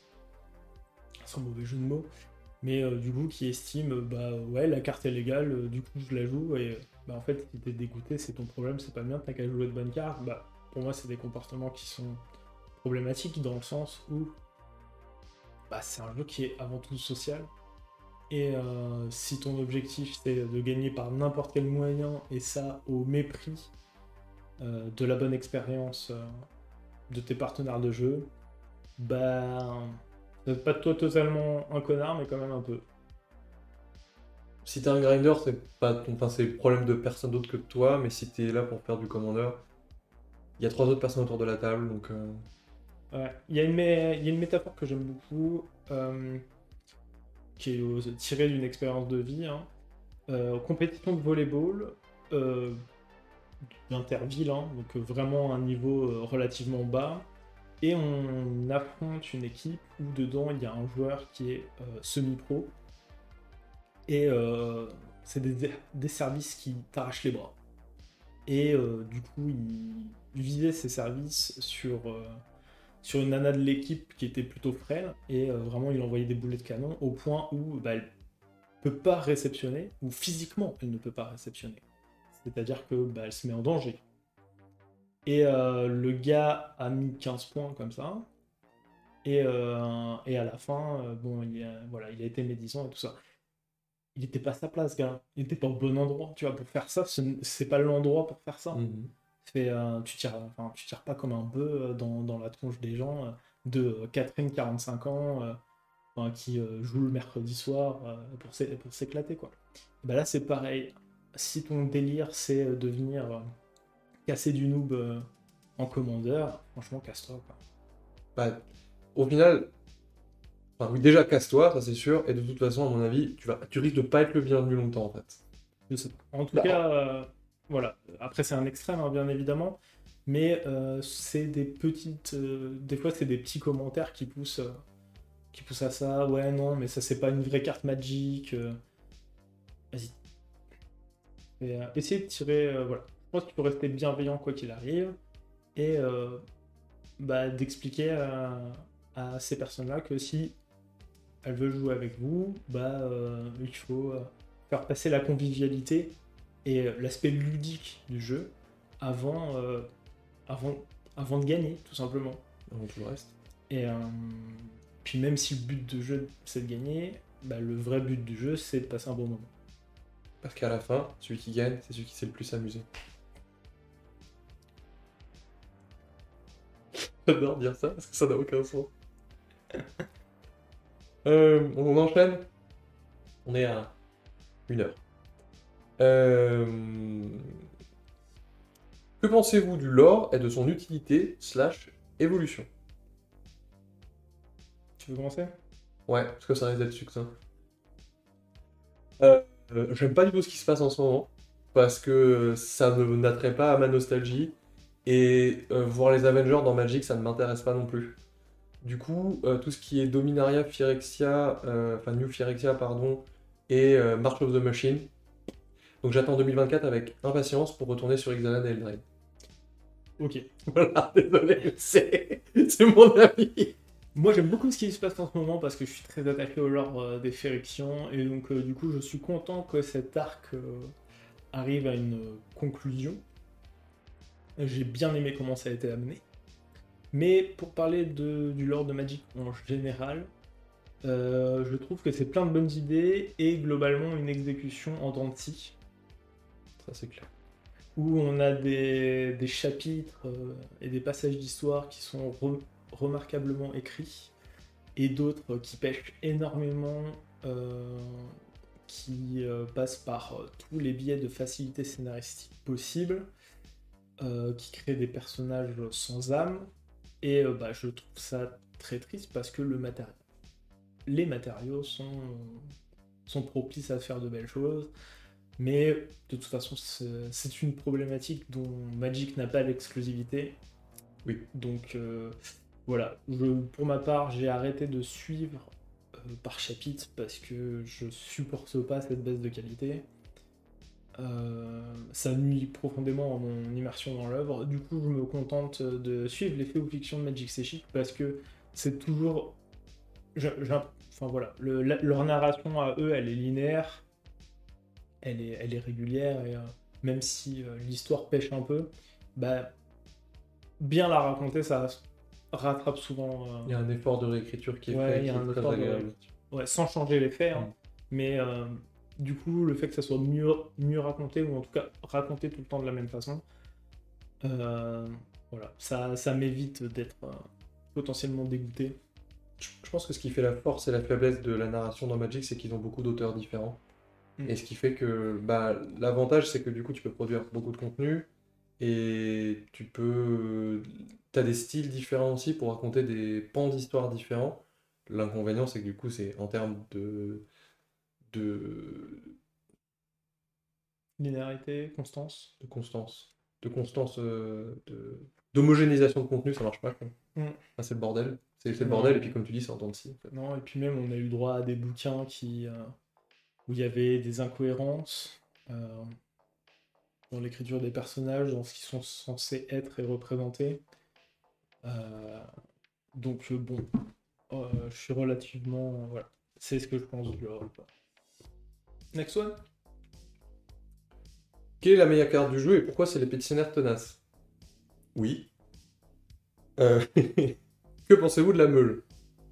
sans mauvais jeu de mots, mais euh, du coup qui estime euh, bah ouais la carte est légale, euh, du coup je la joue et bah en fait si t'es dégoûté c'est ton problème, c'est pas bien, t'as qu'à jouer de bonnes cartes. Bah pour moi c'est des comportements qui sont problématiques dans le sens où bah c'est un jeu qui est avant tout social. Et euh, si ton objectif c'est de gagner par n'importe quel moyen, et ça au mépris euh, de la bonne expérience euh, de tes partenaires de jeu, bah c'est pas toi totalement un connard, mais quand même un peu. Si t'es un grinder, c'est pas ton... enfin, c'est le problème de personne d'autre que de toi, mais si t'es là pour faire du commander, il y a trois autres personnes autour de la table, donc... euh, Ouais. Il y a une, mé- il y a une métaphore que j'aime beaucoup, euh, qui est euh, tirée d'une expérience de vie, hein. Euh, compétition de volleyball, euh, d'interville, hein, donc euh, vraiment un niveau euh, relativement bas. Et on affronte une équipe où dedans il y a un joueur qui est euh, semi-pro. Et euh, c'est des, des services qui t'arrachent les bras. Et euh, du coup, il, il visait ses services sur, euh, sur une nana de l'équipe qui était plutôt frêle. Et euh, vraiment, il envoyait des boulets de canon au point où bah, elle peut pas réceptionner, ou physiquement, elle ne peut pas réceptionner. C'est-à-dire que bah, elle se met en danger. Et euh, le gars a mis quinze points comme ça. Et, euh, et à la fin, euh, bon, il a, voilà, il a été médisant et tout ça. Il n'était pas à sa place, gars. Il n'était pas au bon endroit, tu vois, pour faire ça. ce n- C'est pas l'endroit pour faire ça. Mhm. Fait, euh, tu tires, enfin, tu tires pas comme un bœuf euh, dans, dans la tronche des gens euh, de euh, Catherine, quarante-cinq ans, euh, enfin, qui euh, joue le mercredi soir euh, pour s'é- pour s'éclater, quoi. Bah là, c'est pareil. Si ton délire, c'est euh, de venir euh, casser du noob euh, en commandeur, franchement, casse-toi, quoi. Bah, au final, enfin, oui, déjà casse-toi, ça c'est sûr, et de toute façon, à mon avis, tu, vas, tu risques de pas être le bienvenu longtemps en fait. Je sais pas. En tout Bah, cas, euh, voilà. Après, c'est un extrême, hein, bien évidemment. Mais euh, c'est des petites. Euh, des fois, c'est des petits commentaires qui poussent, euh, qui poussent à ça. Ouais, non, mais ça, c'est pas une vraie carte Magic. euh, Vas-y. Et, euh, essayer de tirer. Euh, voilà. Je pense qu'il faut rester bienveillant quoi qu'il arrive. Et euh, bah, d'expliquer à, à ces personnes-là que si elles veulent jouer avec vous, bah, euh, il faut euh, faire passer la convivialité et euh, l'aspect ludique du jeu avant, euh, avant, avant de gagner, tout simplement. avant tout le reste. Et euh, puis même si le but de jeu, c'est de gagner, bah, le vrai but du jeu, c'est de passer un bon moment. Parce qu'à la fin, celui qui gagne, c'est celui qui s'est le plus amusé. J'adore dire ça, parce que ça n'a aucun sens. Euh, on enchaîne. On est à une heure. Euh, Que pensez-vous du lore et de son utilité slash évolution? Tu veux commencer? Ouais, parce que ça risque d'être succinct. Euh, euh, J'aime pas du tout ce qui se passe en ce moment, parce que ça ne n'attrait pas à ma nostalgie, et euh, voir les Avengers dans Magic, ça ne m'intéresse pas non plus. Du coup, euh, tout ce qui est Dominaria, Phyrexia, euh, enfin New Phyrexia, pardon, et euh, March of the Machine. Donc j'attends deux mille vingt-quatre avec impatience pour retourner sur Ixalan et Eldraine. Ok. Voilà, désolé, c'est c'est mon avis. Moi j'aime beaucoup ce qui se passe en ce moment parce que je suis très attaché au lore euh, des Phérexians et donc euh, du coup je suis content que cet arc euh, arrive à une euh, conclusion. J'ai bien aimé comment ça a été amené. Mais pour parler de, du lore de Magic en général, euh, je trouve que c'est plein de bonnes idées et globalement une exécution en dents de scie, Ça c'est clair. où on a des, des chapitres euh, et des passages d'histoire qui sont re- remarquablement écrits et d'autres qui pêchent énormément, euh, qui euh, passent par euh, tous les biais de facilité scénaristique possibles, euh, qui créent des personnages sans âme. Et euh, bah, je trouve ça très triste parce que le matéri- les matériaux sont, sont propices à faire de belles choses. Mais de toute façon, c'est c'est une problématique dont Magic n'a pas l'exclusivité. Oui. Donc euh, voilà, je, pour ma part, j'ai arrêté de suivre euh, par chapitre parce que je supporte pas cette baisse de qualité. Euh, ça nuit profondément à mon immersion dans l'œuvre. Du coup, je me contente de suivre les faits ou fictions de Magic Sechic parce que c'est toujours. j'ai- j'ai un- Enfin voilà, le- la- leur narration à eux, elle est linéaire, elle est, elle est régulière et euh, même si euh, l'histoire pêche un peu, bah bien la raconter, ça rattrape souvent. euh, Il y a un effort de réécriture qui est Ouais, fait, il y a qui est un très effort de agréable. Ouais, sans changer les faits, hein. Mm. Mais euh, du coup, le fait que ça soit mieux, mieux raconté, ou en tout cas raconté tout le temps de la même façon, euh, voilà, ça, ça m'évite d'être euh, potentiellement dégoûté. Je je pense que ce qui fait la force et la faiblesse de la narration dans Magic, c'est qu'ils ont beaucoup d'auteurs différents. Mm. Et ce qui fait que bah, l'avantage, c'est que du coup, tu peux produire beaucoup de contenu et tu peux. T'as des styles différents aussi pour raconter des pans d'histoire différents. L'inconvénient, c'est que du coup, c'est en termes de, de, Linéarité, constance. De constance. De constance, euh, de... d'homogénéisation de contenu, ça marche pas, quoi. Mm. Ah, c'est le bordel. C'est, c'est le Non. bordel, et puis comme tu dis, c'est en dents de scie, en fait. Non, et puis même, on a eu le droit à des bouquins qui, euh, où il y avait des incohérences euh, dans l'écriture des personnages, dans ce qu'ils sont censés être et représenter. Euh, donc, euh, bon, euh, je suis relativement... voilà. C'est ce que je pense du lore. Next one. Quelle est la meilleure carte du jeu et pourquoi c'est les pétitionnaires tenaces? Oui. Euh, Que pensez-vous de la meule?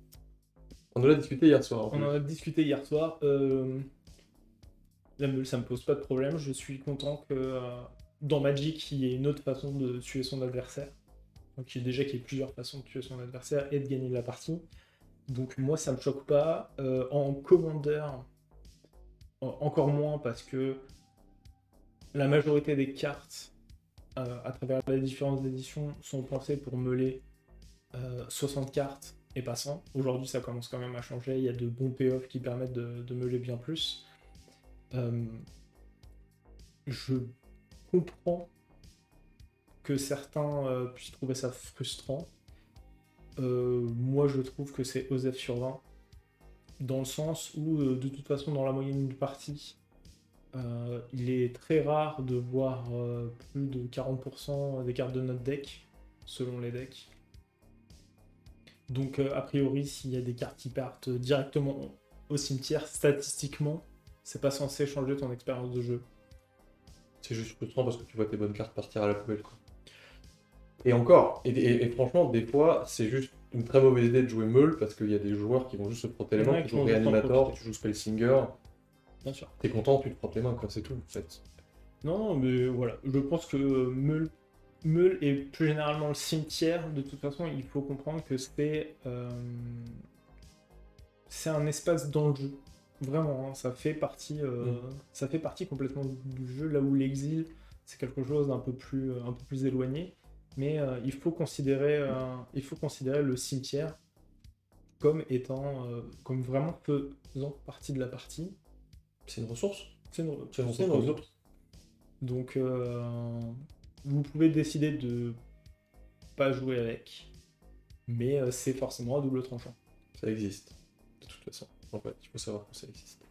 On en a discuté hier soir. En On plus. en a discuté hier soir. Euh, La meule, ça me pose pas de problème. Je suis content que euh, dans Magic, il y ait une autre façon de tuer son adversaire. Donc, il y a déjà qu'il y ait plusieurs façons de tuer son adversaire et de gagner la partie. Donc, moi, ça me choque pas. Euh, en Commander, euh, encore moins parce que la majorité des cartes, euh, à travers les différentes éditions, sont pensées pour meuler euh, soixante cartes et pas cent. Aujourd'hui, ça commence quand même à changer. Il y a de bons payoffs qui permettent de, de meuler bien plus. Euh, je comprends que certains euh, puissent trouver ça frustrant. Euh, moi, je trouve que c'est O S E F sur vingt, dans le sens où, euh, de toute façon, dans la moyenne d'une partie, euh, il est très rare de voir euh, plus de quarante pour cent des cartes de notre deck, selon les decks. Donc, euh, a priori, s'il y a des cartes qui partent directement au cimetière, statistiquement, c'est pas censé changer ton expérience de jeu. C'est juste frustrant parce que tu vois tes bonnes cartes partir à la poubelle, quoi. Et encore, et, et- et franchement, des fois, c'est juste une très mauvaise idée de jouer meule parce qu'il y a des joueurs qui vont juste se frotter les Il y en a mains, qui tu vont joues juste en Reanimator, profiter. tu joues Spellsinger, Bien sûr. t'es content, tu te frottes les mains, quoi, c'est tout, en fait. Non, mais voilà, je pense que Meul, Meul et plus généralement le cimetière, de toute façon, il faut comprendre que c'est euh, c'est un espace dans le jeu. Vraiment, hein, ça fait partie, euh, Mm. ça fait partie complètement du jeu, là où l'exil, c'est quelque chose d'un peu plus, un peu plus éloigné. Mais euh, il faut considérer, euh, il faut considérer le cimetière comme étant, euh, comme vraiment faisant partie de la partie. C'est une ressource. C'est une, C'est une c'est une ressource. ressource. Donc, euh, vous pouvez décider de pas jouer avec, mais euh, c'est forcément à double tranchant. Ça existe, de toute façon. En fait, il faut savoir que ça existe.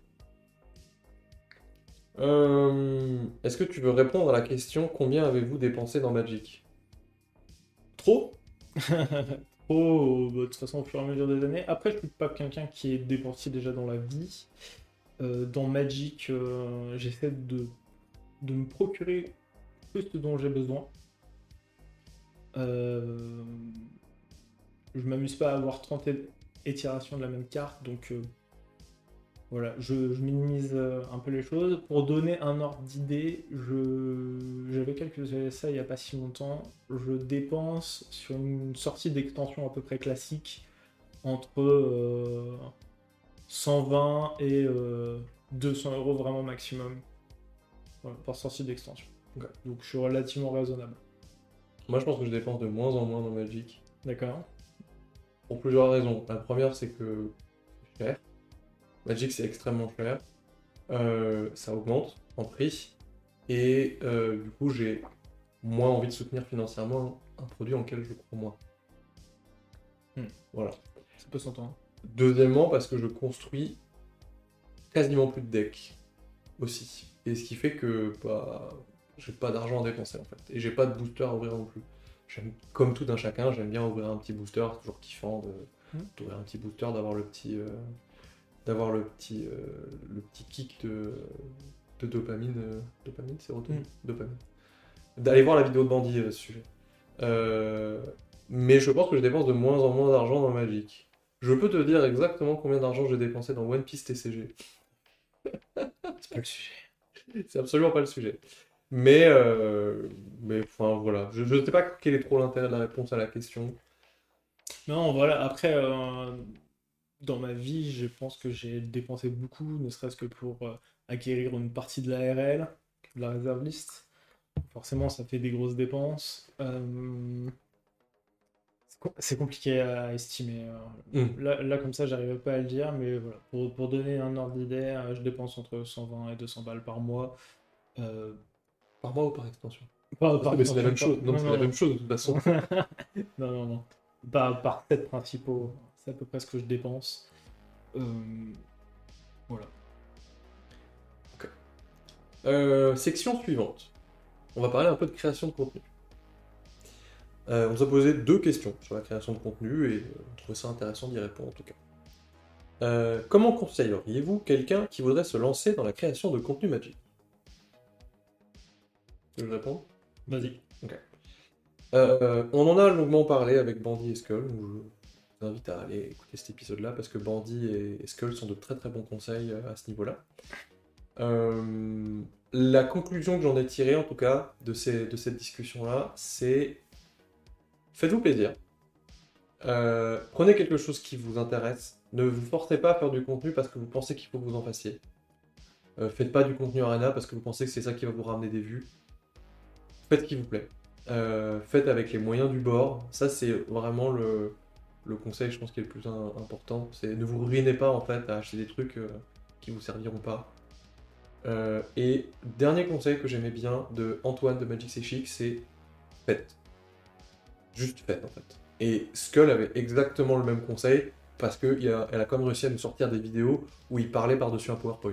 Euh, Est-ce que tu veux répondre à la question combien avez-vous dépensé dans Magic? Trop Trop, bah, de toute façon, au fur et à mesure des années. Après, je suis pas quelqu'un qui est dépensier déjà dans la vie. Euh, dans Magic, euh, j'essaie de, de me procurer plus ce dont j'ai besoin. Euh, je m'amuse pas à avoir trente é- itérations de la même carte, donc euh, voilà, je, je minimise euh, un peu les choses. Pour donner un ordre d'idée, je, j'avais calculé ça il n'y a pas si longtemps. Je dépense sur une sortie d'extension à peu près classique entre euh, cent vingt et euh, deux cents euros vraiment maximum, voilà, par sortie d'extension. Ok. Donc je suis relativement raisonnable. Moi, je pense que je dépense de moins en moins dans Magic. D'accord. Pour plusieurs raisons. La première, c'est que c'est cher. Magic, c'est extrêmement cher. Euh, ça augmente en prix. Et euh, du coup, j'ai moins envie de soutenir financièrement un produit en lequel je crois moins. Hmm. Voilà. Ça peut s'entendre. Deuxièmement, parce que je construis quasiment plus de decks aussi. Et ce qui fait que bah, j'ai pas d'argent à dépenser en fait. Et j'ai pas de booster à ouvrir non plus. J'aime, comme tout un chacun, j'aime bien ouvrir un petit booster, c'est toujours kiffant de, Hmm. d'ouvrir un petit booster, d'avoir le petit, euh, d'avoir le petit, euh, le petit kick de, de dopamine. euh, dopamine, c'est sérotonine, dopamine. D'aller voir la vidéo de Bandit à ce sujet. Euh, mais je pense que je dépense de moins en moins d'argent dans Magic. Je peux te dire exactement combien d'argent j'ai dépensé dans One Piece T C G. C'est pas le sujet. C'est absolument pas le sujet. Mais, euh, mais enfin voilà, je ne sais pas quel est trop l'intérêt de la réponse à la question. Non, voilà, après, euh, dans ma vie, je pense que j'ai dépensé beaucoup, ne serait-ce que pour euh, acquérir une partie de la R L, de la réserve list. Forcément, ça fait des grosses dépenses. Euh, c'est com- C'est compliqué à estimer. euh. Mm. Là, là, comme ça, j'arrive pas à le dire, mais voilà. Pour, pour donner un ordre d'idée, euh, je dépense entre cent vingt et deux cents balles par mois. Euh, Par mois ou par extension? pas par Mais c'est la même extension, chose. pas- Non, mais c'est la non, même chose de toute façon. non, non, non. Pas par sept principaux. C'est à peu près ce que je dépense. Euh, voilà. Euh, section suivante. On va parler un peu de création de contenu. Euh, on nous a posé deux questions sur la création de contenu et euh, on trouvait ça intéressant d'y répondre en tout cas. Euh, comment conseilleriez-vous quelqu'un qui voudrait se lancer dans la création de contenu Magic? Tu veux que je réponde? Vas-y. Euh, on en a longuement parlé avec Bandy et Skull, donc je vous invite à aller écouter cet épisode-là parce que Bandy et Skull sont de très très bons conseils euh, à ce niveau-là. Euh, la conclusion que j'en ai tirée en tout cas de, ces, de cette discussion-là, c'est faites-vous plaisir. Euh, prenez quelque chose qui vous intéresse. Ne vous forcez pas à faire du contenu parce que vous pensez qu'il faut que vous en fassiez. Euh, faites pas du contenu arena parce que vous pensez que c'est ça qui va vous ramener des vues. Faites ce qui vous plaît. Euh, faites avec les moyens du bord. Ça, c'est vraiment le, le conseil, je pense, qui est le plus un- important. C'est ne vous ruinez pas en fait à acheter des trucs euh, qui vous serviront pas. Euh, et dernier conseil que j'aimais bien de Antoine de Magic C'est Chic, c'est faites. Juste faites en fait. Et Skull avait exactement le même conseil parce qu'elle a, elle a quand même réussi à nous sortir des vidéos où il parlait par-dessus un PowerPoint.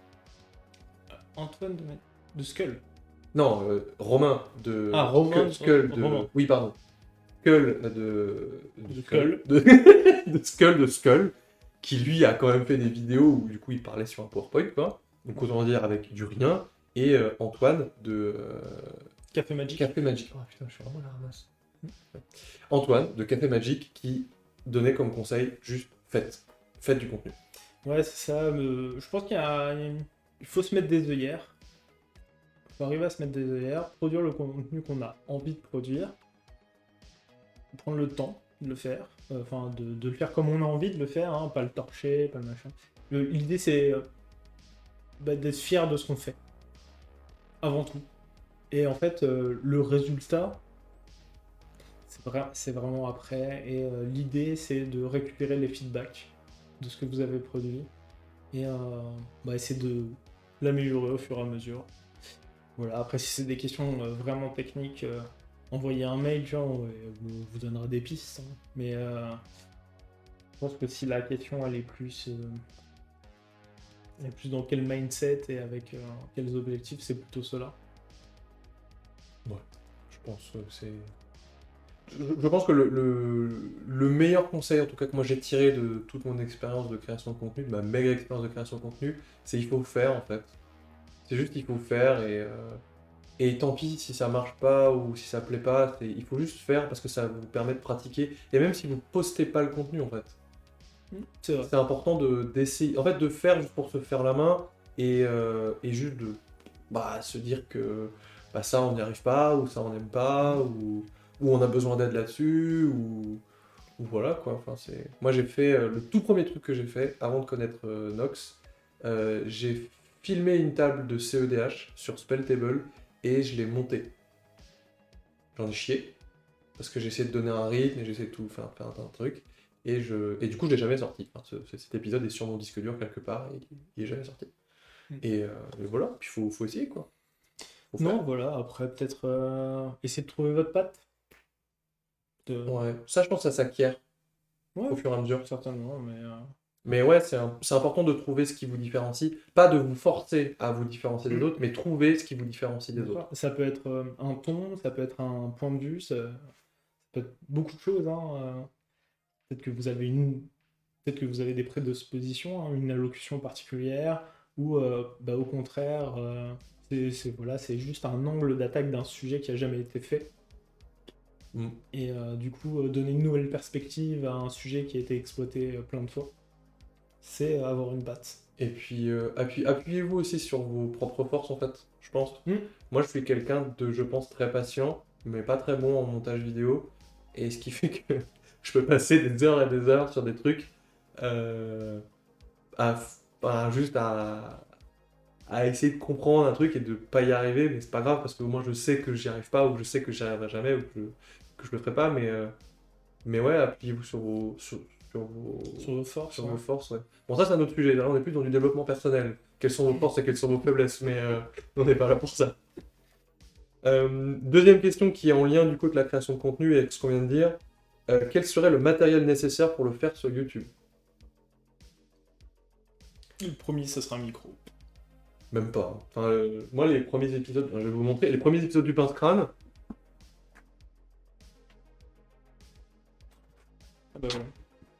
Antoine de, de Skull. Non, euh, Romain de Ah, Romain Skull, Skull de... Romain. Oui, pardon. Skull de... De Skull. De... de Skull de Skull, qui lui a quand même fait des vidéos où du coup il parlait sur un PowerPoint, quoi. Donc autant dire avec du rien. Et euh, Antoine de... euh, Café Magic. Café Magic. Oh putain, je suis vraiment la ramasse. Antoine de Café Magic qui donnait comme conseil juste faites. Faites du contenu. Ouais, c'est ça. me- Je pense qu'il y a... il y a une- il faut se mettre des œillères. Il faut arriver à se mettre des œillères, produire le contenu qu'on a envie de produire, prendre le temps de le faire, euh, enfin de, de le faire comme on a envie de le faire, hein, pas le torcher, pas le machin. Le- L'idée c'est euh, bah, d'être fier de ce qu'on fait, avant tout. Et en fait, euh, le résultat, c'est vrai, c'est vraiment après. Et euh, l'idée c'est de récupérer les feedbacks de ce que vous avez produit et euh, bah, essayer de l'améliorer au fur et à mesure. Voilà, après si c'est des questions euh, vraiment techniques, euh, envoyez un mail, genre, et on vous donnera des pistes. hein. Mais euh, je pense que si la question elle est plus, euh, elle est plus dans quel mindset et avec euh, quels objectifs, c'est plutôt cela. Je pense que c'est... Je, je pense que le, le, le meilleur conseil, en tout cas que moi j'ai tiré de toute mon expérience de création de contenu, de ma méga expérience de création de contenu, c'est il faut faire en fait. C'est juste qu'il faut faire et, euh, et tant pis si ça marche pas ou si ça plaît pas, c'est- il faut juste faire parce que ça vous permet de pratiquer. Et même si vous postez pas le contenu en fait, C'est vrai. c'est important de d'essayer, en fait de faire juste pour se faire la main et, euh, et juste de bah, se dire que bah, ça on n'y arrive pas ou ça on n'aime pas ou, ou on a besoin d'aide là-dessus ou, ou voilà quoi. Enfin, c'est... Moi j'ai fait euh, le tout premier truc que j'ai fait avant de connaître euh, Nox, euh, j'ai filmé une table de C E D H sur Spelltable et je l'ai montée. J'en ai chié parce que j'ai essayé de donner un rythme et j'ai essayé de tout faire, faire un tas de trucs. Et, je... et du coup, je l'ai jamais sorti. Enfin, ce- cet épisode est sur mon disque dur quelque part et il est jamais sorti. Mm. Et, euh, et voilà, puis il faut, faut essayer quoi. Faut Non, faire. voilà, après peut-être euh, essayer de trouver votre patte. De... Ouais, ça je pense que ça s'acquiert Ouais, au fur et à mesure. certainement, mais... euh, Mais ouais, c'est un- c'est important de trouver ce qui vous différencie. Pas de vous forcer à vous différencier des autres, mais trouver ce qui vous différencie des autres. Ça peut être euh, un ton, ça peut être un point de vue, ça, ça peut être beaucoup de choses. Hein. euh. Peut-être que vous avez une, peut-être que vous avez des prédispositions, hein, une allocution particulière, ou euh, bah, au contraire, euh, c'est c'est- voilà, c'est juste un angle d'attaque d'un sujet qui a jamais été fait. Mm. Et euh, du coup, euh, donner une nouvelle perspective à un sujet qui a été exploité euh, plein de fois, c'est euh, avoir une patte. Et puis, euh, appuie- appuyez-vous aussi sur vos propres forces, en fait, je pense. Mm. Moi, je suis quelqu'un de, je pense, très patient, mais pas très bon en montage vidéo. Et ce qui fait que je peux passer des heures et des heures sur des trucs euh, à, à- juste à, à essayer de comprendre un truc et de pas y arriver, mais c'est pas grave parce que moi je sais que j'y arrive pas ou je sais que j'y arriverai jamais ou que je, que je le ferai pas, mais, euh, mais ouais, appuyez-vous sur vos, sur, sur vos, Sur vos forces. sur Ouais. vos forces. Ouais. Bon, ça, c'est un autre sujet. Là, on est plus dans du développement personnel. Quelles sont vos forces et quelles sont vos faiblesses, mais euh, on n'est pas là pour ça. Euh, deuxième question qui est en lien du coup avec la création de contenu et avec ce qu'on vient de dire. Euh, quel serait le matériel nécessaire pour le faire sur YouTube? Le premier, ça sera un micro. Même pas. Enfin, euh, moi, les premiers épisodes, je vais vous montrer, les premiers épisodes du Pince Crâne, Ah bah voilà.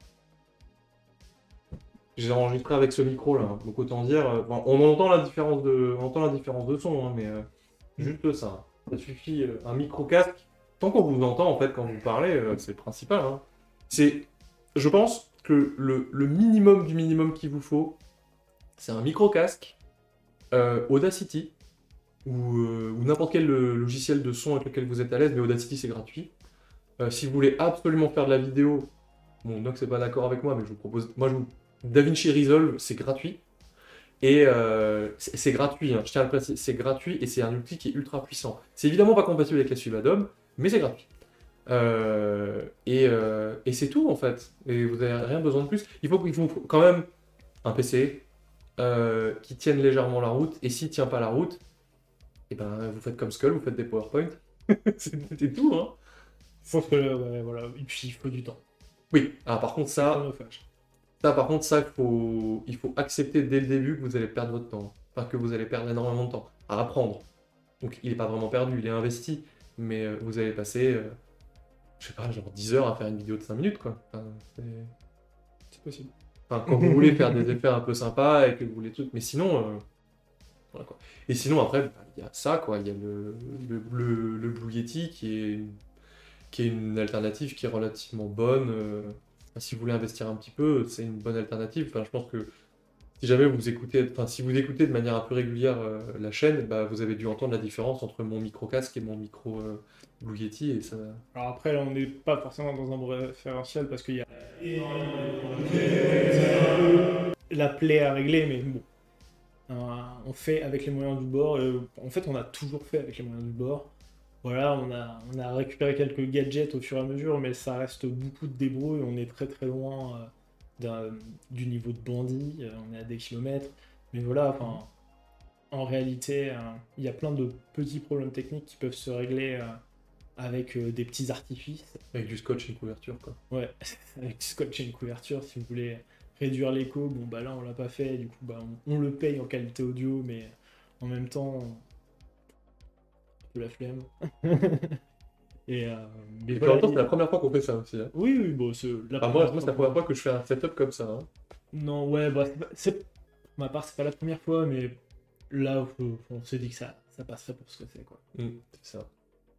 j'ai enregistré avec ce micro là. Donc autant dire, euh, bon, on entend la différence de, on entend la différence de son, hein, mais euh, juste ça. Ça suffit. euh, un micro casque. Tant qu'on vous entend en fait quand vous parlez, euh, c'est le principal. Hein. C'est, je pense que le, le minimum du minimum qu'il vous faut, c'est un micro casque, euh, Audacity ou, euh, ou n'importe quel euh, logiciel de son avec lequel vous êtes à l'aise, mais Audacity c'est gratuit. Euh, si vous voulez absolument faire de la vidéo, bon, Nox n'est pas d'accord avec moi, mais je vous propose, moi je vous, DaVinci Resolve c'est gratuit. Et euh, c'est c'est gratuit, hein, je tiens à le préciser, c'est gratuit et c'est un outil qui est ultra puissant. C'est évidemment pas compatible avec la suite Adobe, mais c'est gratuit. Euh, et euh, et c'est tout en fait. Et vous n'avez rien besoin de plus. Il faut, il faut quand même un P C euh, qui tienne légèrement la route. Et s'il tient pas la route, et ben vous faites comme Skull, vous faites des PowerPoint. c'est c'est tout, hein. Je pense que, ouais, voilà. Et puis, il faut du temps. Oui. Ah, par contre ça, Chronophage. ça par contre ça, il faut, il faut accepter dès le début que vous allez perdre votre temps. Enfin que vous allez perdre énormément de temps à apprendre. Donc il n'est pas vraiment perdu, il est investi, mais euh, vous allez passer, euh, je sais pas, genre dix heures à faire une vidéo de cinq minutes, quoi. Enfin, c'est- C'est possible. enfin, quand vous voulez faire des effets un peu sympas et que vous voulez trucs, mais sinon, euh, voilà, quoi. Et sinon, après, bah, il y a ça, quoi. Il y a le, le, le, le Blue Yeti qui est, qui est une alternative qui est relativement bonne. euh, enfin, si vous voulez investir un petit peu, c'est une bonne alternative. Enfin, je pense que si jamais vous écoutez, enfin, si vous écoutez de manière un peu régulière euh, la chaîne, bah, vous avez dû entendre la différence entre mon micro casque et mon micro euh, Blue Yeti et ça. Alors après, là, on n'est pas forcément dans un référentiel parce qu'il y a la plaie à régler, mais bon. Euh, on fait avec les moyens du bord. euh, en fait, on a toujours fait avec les moyens du bord. Voilà, on a, on a récupéré quelques gadgets au fur et à mesure, mais ça reste beaucoup de débrouille. On est très très loin euh, d'un- du niveau de bandit. euh, on est à des kilomètres. Mais voilà, enfin, en réalité, euh, il y a plein de petits problèmes techniques qui peuvent se régler euh, avec euh, des petits artifices. Avec du scotch et une couverture, quoi. Ouais, avec du scotch et une couverture, si vous voulez réduire l'écho, bon bah là on l'a pas fait, du coup bah on, on le paye en qualité audio, mais en même temps, un peu la flemme. Et euh, mais Et puis en voilà, même temps, c'est il- la première fois qu'on fait ça aussi. Hein. oui, oui, bon, c'est la Enfin, moi, première moi, c'est la première fois que je fais un setup comme ça. Hein. Non, ouais, bah, c'est pas- c'est- pour ma part, c'est pas la première fois, mais là, faut- on s'est dit que ça, ça passerait pour ce que c'est, quoi. Mm, c'est ça.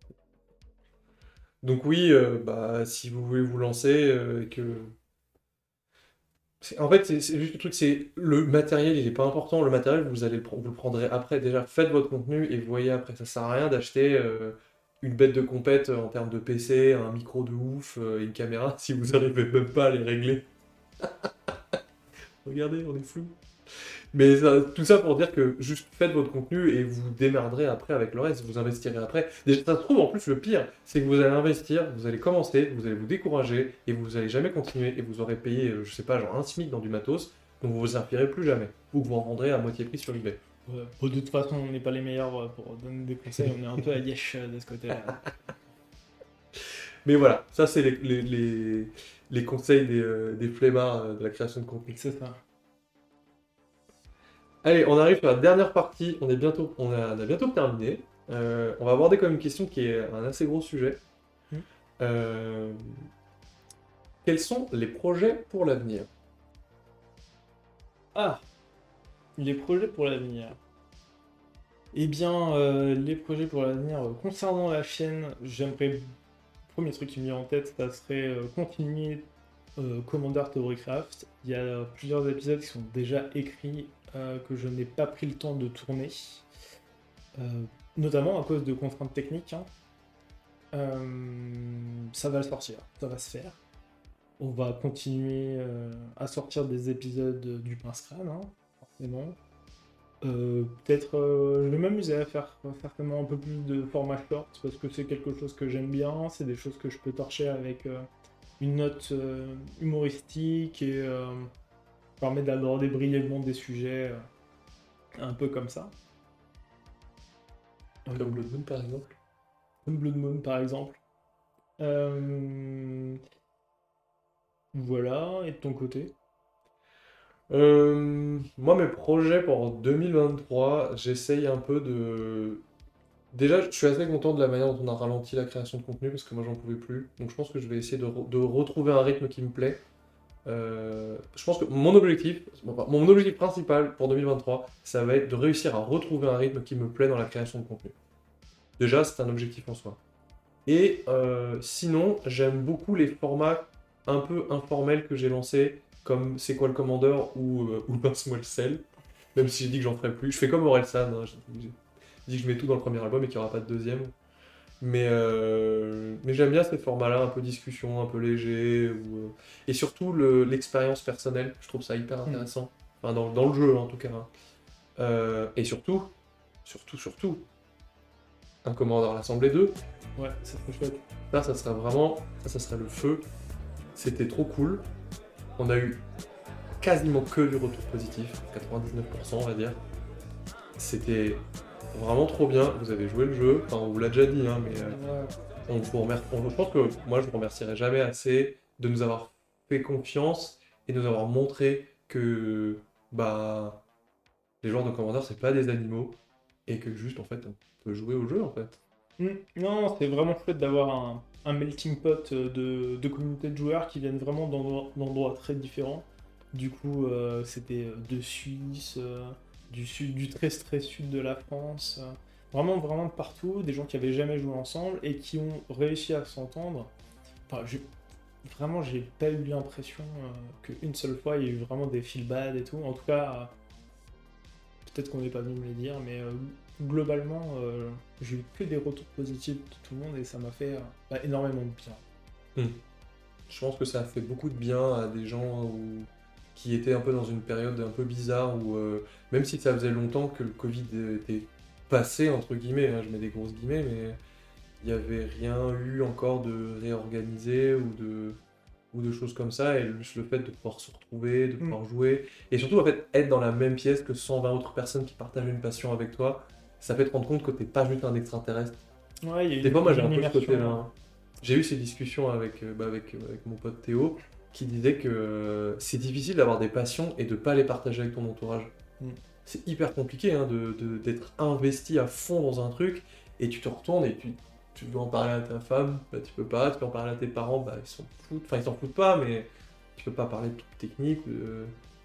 Donc oui, euh, bah, si vous voulez vous lancer, euh, et que... c'est- En fait, c'est c'est juste le truc, c'est le matériel, il est pas important. Le matériel, vous allez le, pre- vous le prendrez après. Déjà, faites votre contenu et voyez après. Ça sert à rien d'acheter euh, une bête de compète en termes de P C, un micro de ouf, euh, et une caméra si vous n'arrivez même pas à les régler. Regardez, on est flou. Mais ça- tout ça pour dire que juste faites votre contenu et vous démerderez après avec le reste, vous investirez après. Déjà, ça se trouve, en plus, le pire, c'est que vous allez investir, vous allez commencer, vous allez vous décourager et vous allez jamais continuer et vous aurez payé, euh, je sais pas, genre un SMIC dans du matos, donc vous vous servirez plus jamais. Ou que vous en vendrez à moitié prix sur eBay. Ouais. Bon, de toute façon, on n'est pas les meilleurs euh, pour donner des conseils, on est un peu à yesh euh, de ce côté-là. Mais voilà, ça c'est les, les, les, les conseils des, euh, des flemmards euh, de la création de contenu. C'est ça. Allez, on arrive sur la dernière partie, on, est bientôt, on, a, on a bientôt terminé. Euh, on va aborder comme une question qui est un assez gros sujet. Hmm. Euh, quels sont les projets pour l'avenir? Ah, les projets pour l'avenir. Eh bien, euh, les projets pour l'avenir, euh, concernant la chaîne, j'aimerais, le premier truc qui me vient en tête, ça serait euh, continuer euh, Commander Theorycraft. Il y a plusieurs épisodes qui sont déjà écrits, euh, que je n'ai pas pris le temps de tourner, euh, notamment à cause de contraintes techniques. Hein. Euh, ça va sortir, ça va se faire. On va continuer euh, à sortir des épisodes du Pince Crâne, hein, forcément. Euh, peut-être, euh, je vais m'amuser à faire certainement un peu plus de format short parce que c'est quelque chose que j'aime bien, c'est des choses que je peux torcher avec, euh, une note euh, humoristique et euh, permet d'aborder brièvement des sujets euh, un peu comme ça. Comme Blood Moon, par exemple. Comme Blood Moon, par exemple. Euh, Voilà, et de ton côté? Euh, moi, mes projets pour deux mille vingt-trois, j'essaye un peu de... Déjà, je suis assez content de la manière dont on a ralenti la création de contenu parce que moi, j'en pouvais plus. Donc, je pense que je vais essayer de, re- de retrouver un rythme qui me plaît. Euh, je pense que mon objectif, bon, enfin, mon objectif principal pour deux mille vingt-trois, ça va être de réussir à retrouver un rythme qui me plaît dans la création de contenu. Déjà, c'est un objectif en soi. Et euh, sinon, j'aime beaucoup les formats un peu informels que j'ai lancés, comme C'est quoi le commandeur ou, euh, ou Pince-moi le sel. Même si j'ai dit que j'en ferai plus. Je fais comme Orelsan, hein, j'ai j'ai dit que je mets tout dans le premier album et qu'il n'y aura pas de deuxième. Mais, euh, mais j'aime bien ces formats-là, un peu discussion, un peu léger. Ou, euh, Et surtout le- l'expérience personnelle, je trouve ça hyper Mm. intéressant. Enfin, dans, dans le jeu en tout cas. Hein. Euh, et surtout, surtout, surtout, un commandeur à l'Assemblée deux. Ouais, ça serait chouette. Là, ça serait vraiment, ça, ça serait le feu. C'était trop cool. On a eu quasiment que du retour positif, quatre-vingt-dix-neuf pour cent on va dire. C'était vraiment trop bien. Vous avez joué le jeu, enfin on vous l'a déjà dit, hein, mais euh, Ouais. on vous remercie. on- Je pense que moi je vous remercierai jamais assez de nous avoir fait confiance et de nous avoir montré que bah les joueurs de Commander c'est pas des animaux et que juste en fait on peut jouer au jeu en fait. Mm. Non, c'est vraiment chouette d'avoir un, un melting pot euh, de, de communautés de joueurs qui viennent vraiment d'endroits d'endroits très différents. Du coup, euh, c'était euh, de Suisse, euh, du sud, du très très sud de la France, euh, vraiment vraiment de partout, des gens qui avaient jamais joué ensemble et qui ont réussi à s'entendre. Enfin, j'ai- vraiment, j'ai pas eu l'impression euh, qu'une seule fois il y a eu vraiment des feel bad et tout. En tout cas, euh, peut-être qu'on n'est pas venu me les dire, mais euh, globalement, euh, j'ai eu que des retours positifs de tout le monde et ça m'a fait euh, bah, énormément de bien. Hmm. Je pense que ça a fait beaucoup de bien à des gens où- qui étaient un peu dans une période un peu bizarre où, euh, même si ça faisait longtemps que le Covid était passé, entre guillemets, hein, je mets des grosses guillemets, mais il n'y avait rien eu encore de réorganisé ou de, ou de choses comme ça, et juste le fait de pouvoir se retrouver, de pouvoir jouer, et surtout en fait être dans la même pièce que cent vingt autres personnes qui partagent une passion avec toi, ça fait te rendre compte que t'es pas juste un extraterrestre. Ouais, il y a Des une, fois, moi, j'ai un une peu ce immersion. côté-là. Hein. J'ai eu ces discussions avec, euh, bah, avec, euh, avec mon pote Théo, qui disait que euh, c'est difficile d'avoir des passions et de pas les partager avec ton entourage. Mm. C'est hyper compliqué hein, de, de- d'être investi à fond dans un truc, et tu te retournes et tu, tu veux en parler à ta femme, bah tu peux pas, tu peux en parler à tes parents, bah ils s'en foutent, enfin ils s'en foutent pas, mais tu peux pas parler de toute technique. euh,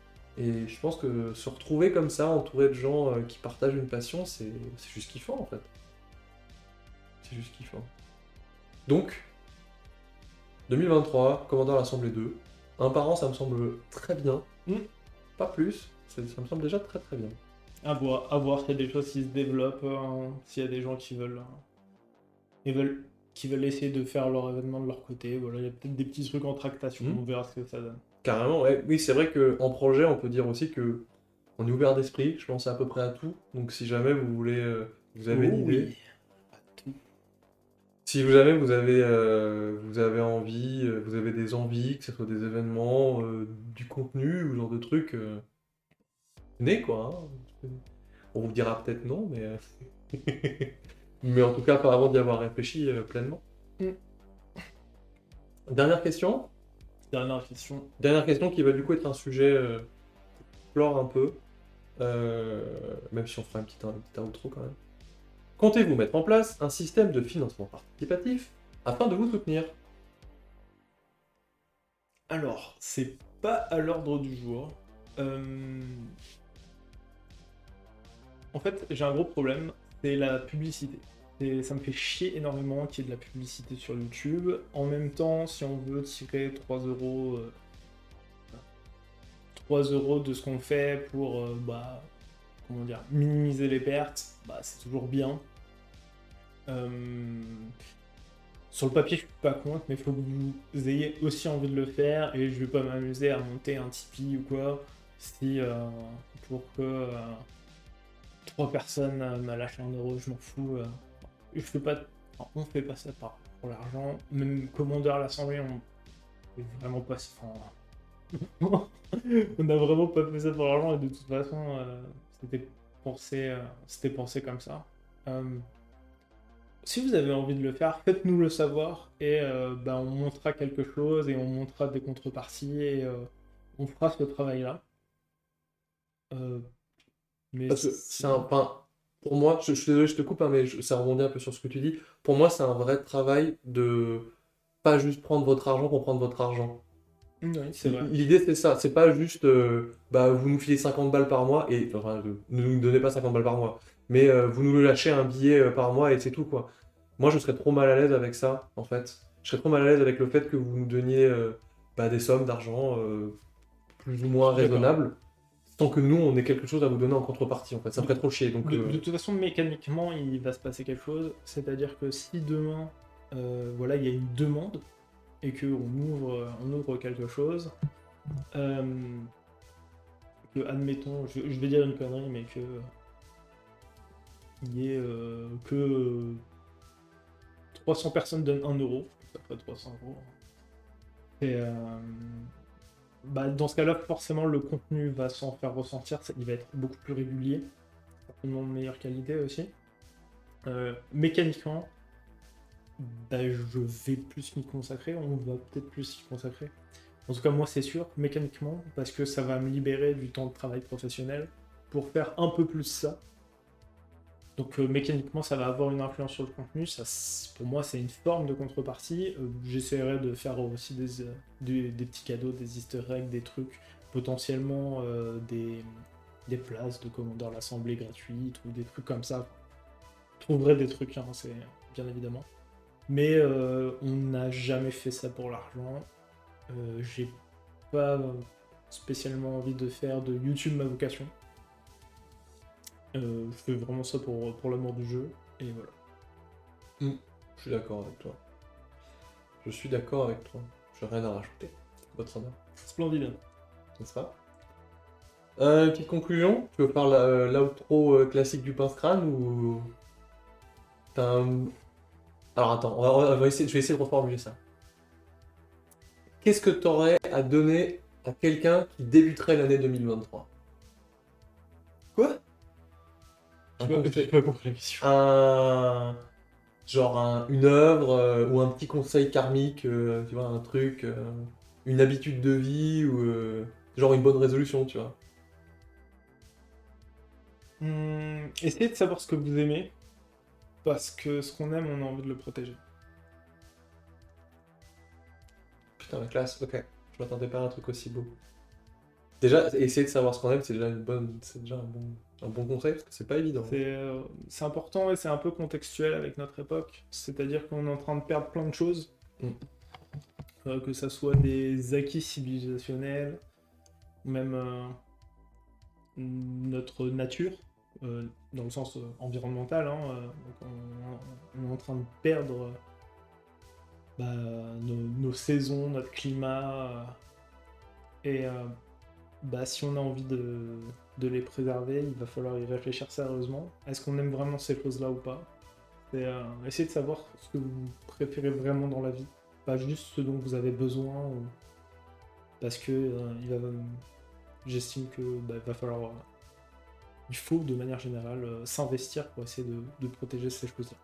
Et je pense que se retrouver comme ça, entouré de gens euh, qui partagent une passion, c'est c'est juste kiffant en fait. C'est juste kiffant. Donc, deux mille vingt-trois, Commandant à l'Assemblée deux. Un par an, ça me semble très bien. Mm. Pas plus, c'est- ça me semble déjà très très bien. À voir, à voir s'il y a des choses qui se développent, hein, s'il y a des gens qui veulent, euh, ils veulent, qui veulent essayer de faire leur événement de leur côté. Voilà, il y a peut-être des petits trucs en tractation, Mm. on verra ce que ça donne. Carrément, ouais. Oui, c'est vrai qu'en projet, on peut dire aussi que on est ouvert d'esprit, je pense à peu près à tout. Donc si jamais vous voulez, euh, vous avez Oh une idée, oui. Tout. si vous jamais vous avez, euh, vous avez envie, euh, vous avez des envies, que ce soit des événements, euh, du contenu ou ce genre de trucs, euh, venez quoi. Hein. On vous dira peut-être non, mais euh, mais en tout cas pas avant d'y avoir réfléchi euh, pleinement. Mm. Dernière question. Dernière question. Dernière question qui va du coup être un sujet euh, clore un peu, euh, même si on fera un petit, un petit outro quand même. Comptez-vous mettre en place un système de financement participatif afin de vous soutenir? Alors, c'est pas à l'ordre du jour. Euh, En fait, j'ai un gros problème, c'est la publicité. Et ça me fait chier énormément qu'il y ait de la publicité sur YouTube. En même temps, si on veut tirer trois euros, euh, trois euros de ce qu'on fait pour euh, bah, comment dire, minimiser les pertes, bah, c'est toujours bien. Euh, Sur le papier, je suis pas contre, mais il faut que vous ayez aussi envie de le faire. Et je vais pas m'amuser à monter un Tipeee ou quoi, si euh, pour que euh, trois personnes euh, me lâchent un euro, je m'en fous. euh. Je fais pas, enfin, on fait pas ça par, pour l'argent. Même commandeur à l'Assemblée, on, c'est vraiment pas... Enfin, on n'a vraiment pas fait ça pour l'argent et de toute façon, euh, c'était pensé, euh, c'était pensé comme ça. Euh, si vous avez envie de le faire, faites-nous le savoir et euh, bah, on montrera quelque chose et on montrera des contreparties et euh, on fera ce travail-là. Euh, mais Parce que c'est c'est... un. Enfin, pour moi, je, je suis désolé, je te coupe, hein, mais je- ça rebondit un peu sur ce que tu dis. Pour moi, c'est un vrai travail de pas juste prendre votre argent pour prendre votre argent. Oui, c'est L- vrai. L'idée, c'est ça. C'est pas juste, euh, bah, vous nous filez cinquante balles par mois et. Enfin, euh, ne nous donnez pas cinquante balles par mois. Mais euh, vous nous lâchez un billet euh, par mois et c'est tout, quoi. Moi, je serais trop mal à l'aise avec ça, en fait. Je serais trop mal à l'aise avec le fait que vous nous donniez euh, bah, des sommes d'argent euh, plus ou Je moins suis d'accord. raisonnables, sans que nous, on ait quelque chose à vous donner en contrepartie, en fait. Ça me De, ferait trop chier. Donc, de- euh, de toute façon, mécaniquement, il va se passer quelque chose. C'est-à-dire que si demain, euh, voilà, il y a une demande et qu'on ouvre, on ouvre quelque chose, euh, que, admettons, je, je vais dire une connerie, mais que il y ait euh, que euh, trois cents personnes donnent un euro, ça ferait trois cents euros. Et euh, bah, dans ce cas-là, forcément, le contenu va s'en faire ressentir, ça- il va être beaucoup plus régulier, certainement de meilleure qualité aussi. Euh, mécaniquement, bah, je vais plus m'y consacrer, on va peut-être plus s'y consacrer. En tout cas, moi, c'est sûr, mécaniquement, parce que ça va me libérer du temps de travail professionnel pour faire un peu plus ça. Donc, euh, mécaniquement, ça va avoir une influence sur le contenu. Ça, c'est- pour moi, c'est une forme de contrepartie. Euh, j'essaierai de faire aussi des, euh, des, des petits cadeaux, des easter eggs, des trucs, potentiellement euh, des, des places de commandeur l'assemblée gratuites ou des trucs comme ça. Je trouverai des trucs, hein, c'est bien évidemment. Mais euh, on n'a jamais fait ça pour l'argent. Euh, j'ai pas spécialement envie de faire de YouTube ma vocation. Euh, je fais vraiment ça pour, pour l'amour du jeu. Et voilà. hmm, je suis d'accord avec toi. Je suis d'accord avec toi. Je n'ai rien à rajouter. Votre honneur, Splendide. n'est-ce pas? Euh, une petite conclusion? Tu veux faire la- euh, l'outro euh, classique du pince-crâne ou. T'as un. Alors attends, on va, on va essayer, je vais essayer de reformuler ça. Qu'est-ce que tu aurais à donner à quelqu'un qui débuterait l'année deux mille vingt-trois? Quoi? Un J'ai pas, j'ai conseil. pas compris la question. Un. Genre un- une œuvre euh, ou un petit conseil karmique, euh, tu vois, un truc, euh, une habitude de vie ou euh, genre une bonne résolution, tu vois. Hmm, essayez de savoir ce que vous aimez, parce que ce qu'on aime, on a envie de le protéger. Putain, la classe, ok. Je m'attendais pas à un truc aussi beau. Déjà, essayer de savoir ce qu'on aime, c'est déjà une bonne, c'est déjà un bon, un bon conseil parce que c'est pas évident. C'est euh, c'est important et c'est un peu contextuel avec notre époque. C'est-à-dire qu'on est en train de perdre plein de choses, Mm. euh, que ça soit des acquis civilisationnels, même euh, notre nature, euh, dans le sens euh, environnemental. Hein, euh, donc on, on est en train de perdre euh, bah, nos, nos saisons, notre climat. euh, et euh, bah, si on a envie de, de les préserver, il va falloir y réfléchir sérieusement. Est-ce qu'on aime vraiment ces choses-là ou pas? C'est euh, essayer de savoir ce que vous préférez vraiment dans la vie, pas juste ce dont vous avez besoin, ou... parce que euh, il va, j'estime que bah, il va falloir, euh, il faut de manière générale euh, s'investir pour essayer de, de protéger ces choses-là.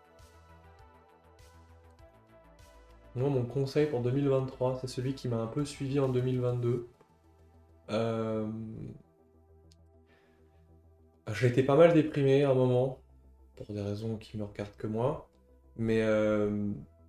Moi, mon conseil pour deux mille vingt-trois, c'est celui qui m'a un peu suivi en deux mille vingt-deux. Euh... J'ai été pas mal déprimé à un moment, pour des raisons qui me regardent que moi. Mais euh,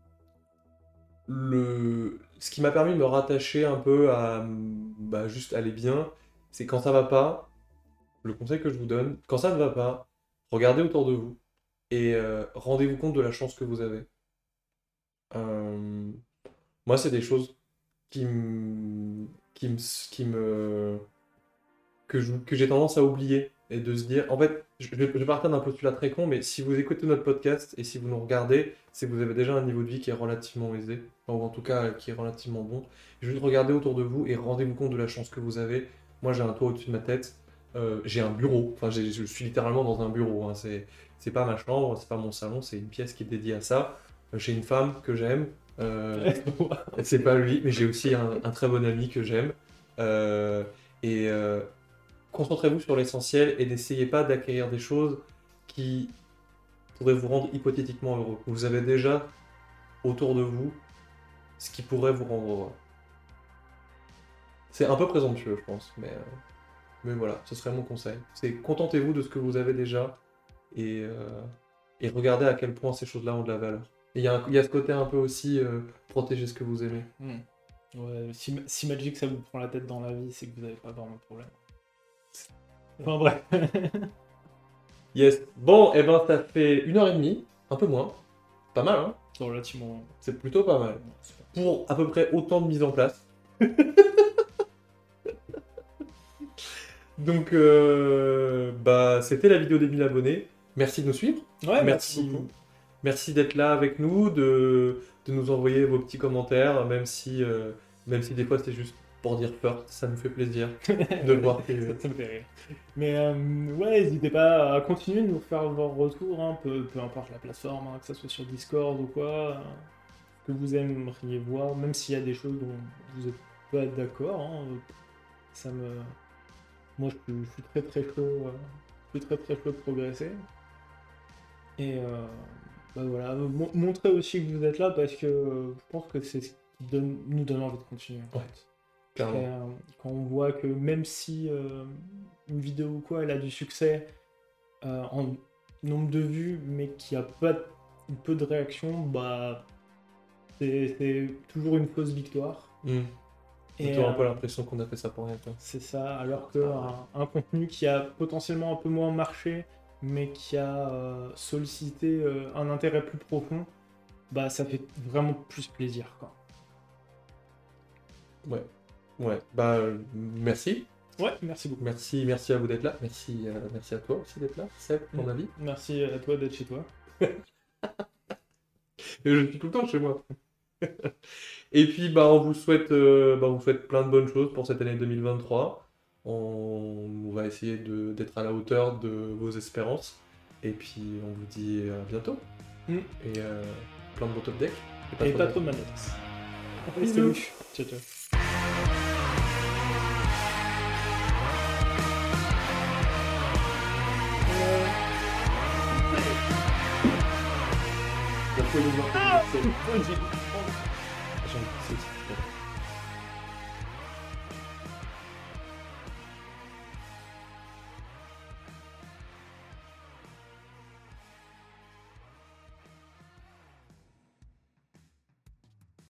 le... ce qui m'a permis de me rattacher un peu à bah, juste aller bien, c'est quand ça va pas, le conseil que je vous donne, quand ça ne va pas, regardez autour de vous et euh, rendez-vous compte de la chance que vous avez. Euh, Moi, c'est des choses qui me, qui me, qui me, que je- que j'ai tendance à oublier et de se dire, en fait, je, vais je vais partir d'un postulat très con, mais si vous écoutez notre podcast et si vous nous regardez, c'est que vous avez déjà un niveau de vie qui est relativement aisé, ou en tout cas qui est relativement bon. Juste regardez autour de vous et rendez-vous compte de la chance que vous avez. Moi, j'ai un toit au-dessus de ma tête, euh, j'ai un bureau, enfin, j'ai- je suis littéralement dans un bureau, hein. C'est, c'est pas ma chambre, c'est pas mon salon, c'est une pièce qui est dédiée à ça. Euh, J'ai une femme que j'aime, Euh, c'est pas lui, mais j'ai aussi un, un très bon ami que j'aime. Euh, et euh, concentrez-vous sur l'essentiel et n'essayez pas d'acquérir des choses qui pourraient vous rendre hypothétiquement heureux. Vous avez déjà autour de vous ce qui pourrait vous rendre heureux. C'est un peu présomptueux, je pense, mais, euh, mais voilà, ce serait mon conseil. C'est contentez-vous de ce que vous avez déjà et, euh, et regardez à quel point ces choses-là ont de la valeur. Et il y, a un- il y a ce côté un peu aussi euh, protéger ce que vous aimez. Hmm. Ouais, si, si Magic ça vous prend la tête dans la vie, c'est que vous n'avez pas vraiment de problème. Enfin bref. Yes. Bon, et ben ça fait une heure et demie, un peu moins. Pas mal, hein? C'est relativement. C'est plutôt pas mal. Ouais, c'est pas- Pour à peu près autant de mise en place. Donc, euh, bah, c'était la vidéo des mille abonnés. Merci de nous suivre. Ouais, merci, merci beaucoup. merci d'être là avec nous, de, de nous envoyer vos petits commentaires, même si, euh, même si des fois c'est juste pour dire first, ça nous fait plaisir de voir que... ça, ça me fait rire. Mais euh, ouais, n'hésitez pas à continuer de nous faire vos retours, hein, peu, peu importe la plateforme, hein, que ça soit sur Discord ou quoi, euh, que vous aimeriez voir, même s'il y a des choses dont vous n'êtes pas d'accord. Hein, euh, ça me... Moi, je suis, je suis très très chaud, euh, je suis très très chaud de progresser. Et euh, bah voilà, mon- montrer aussi que vous êtes là parce que euh, je pense que c'est ce qui donne- nous donne envie de continuer. En Ouais. fait. Clairement. Et, euh, quand on voit que même si euh, une vidéo ou quoi, elle a du succès euh, en nombre de vues, mais qu'il n'y a pas de- peu de réactions, bah c'est c'est toujours une fausse victoire. Mm. Et, Et un peu euh, l'impression qu'on a fait ça pour rien. Quoi. c'est ça, alors qu'un un contenu qui a potentiellement un peu moins marché, mais qui a euh, sollicité euh, un intérêt plus profond, bah ça fait vraiment plus plaisir, quoi. Ouais. Ouais. Bah, euh, merci. Ouais, merci beaucoup. Merci, merci à vous d'être là. Merci, euh, merci à toi aussi d'être là. Seb, ton Mm. avis. Merci à toi d'être chez toi. Et je suis tout le temps chez moi. Et puis, bah, on vous souhaite, euh, bah, on vous souhaite plein de bonnes choses pour cette année deux mille vingt-trois. On, on va essayer de- d'être à la hauteur de vos espérances. Et puis, on vous dit à bientôt. Mm. Et euh, plein de beaux top decks. Et trop pas de- trop de manettes. Bisous. Salut. Ciao, ciao. La poignée de main. Ah, C'est- oh, j'ai- J'en ai- c'est-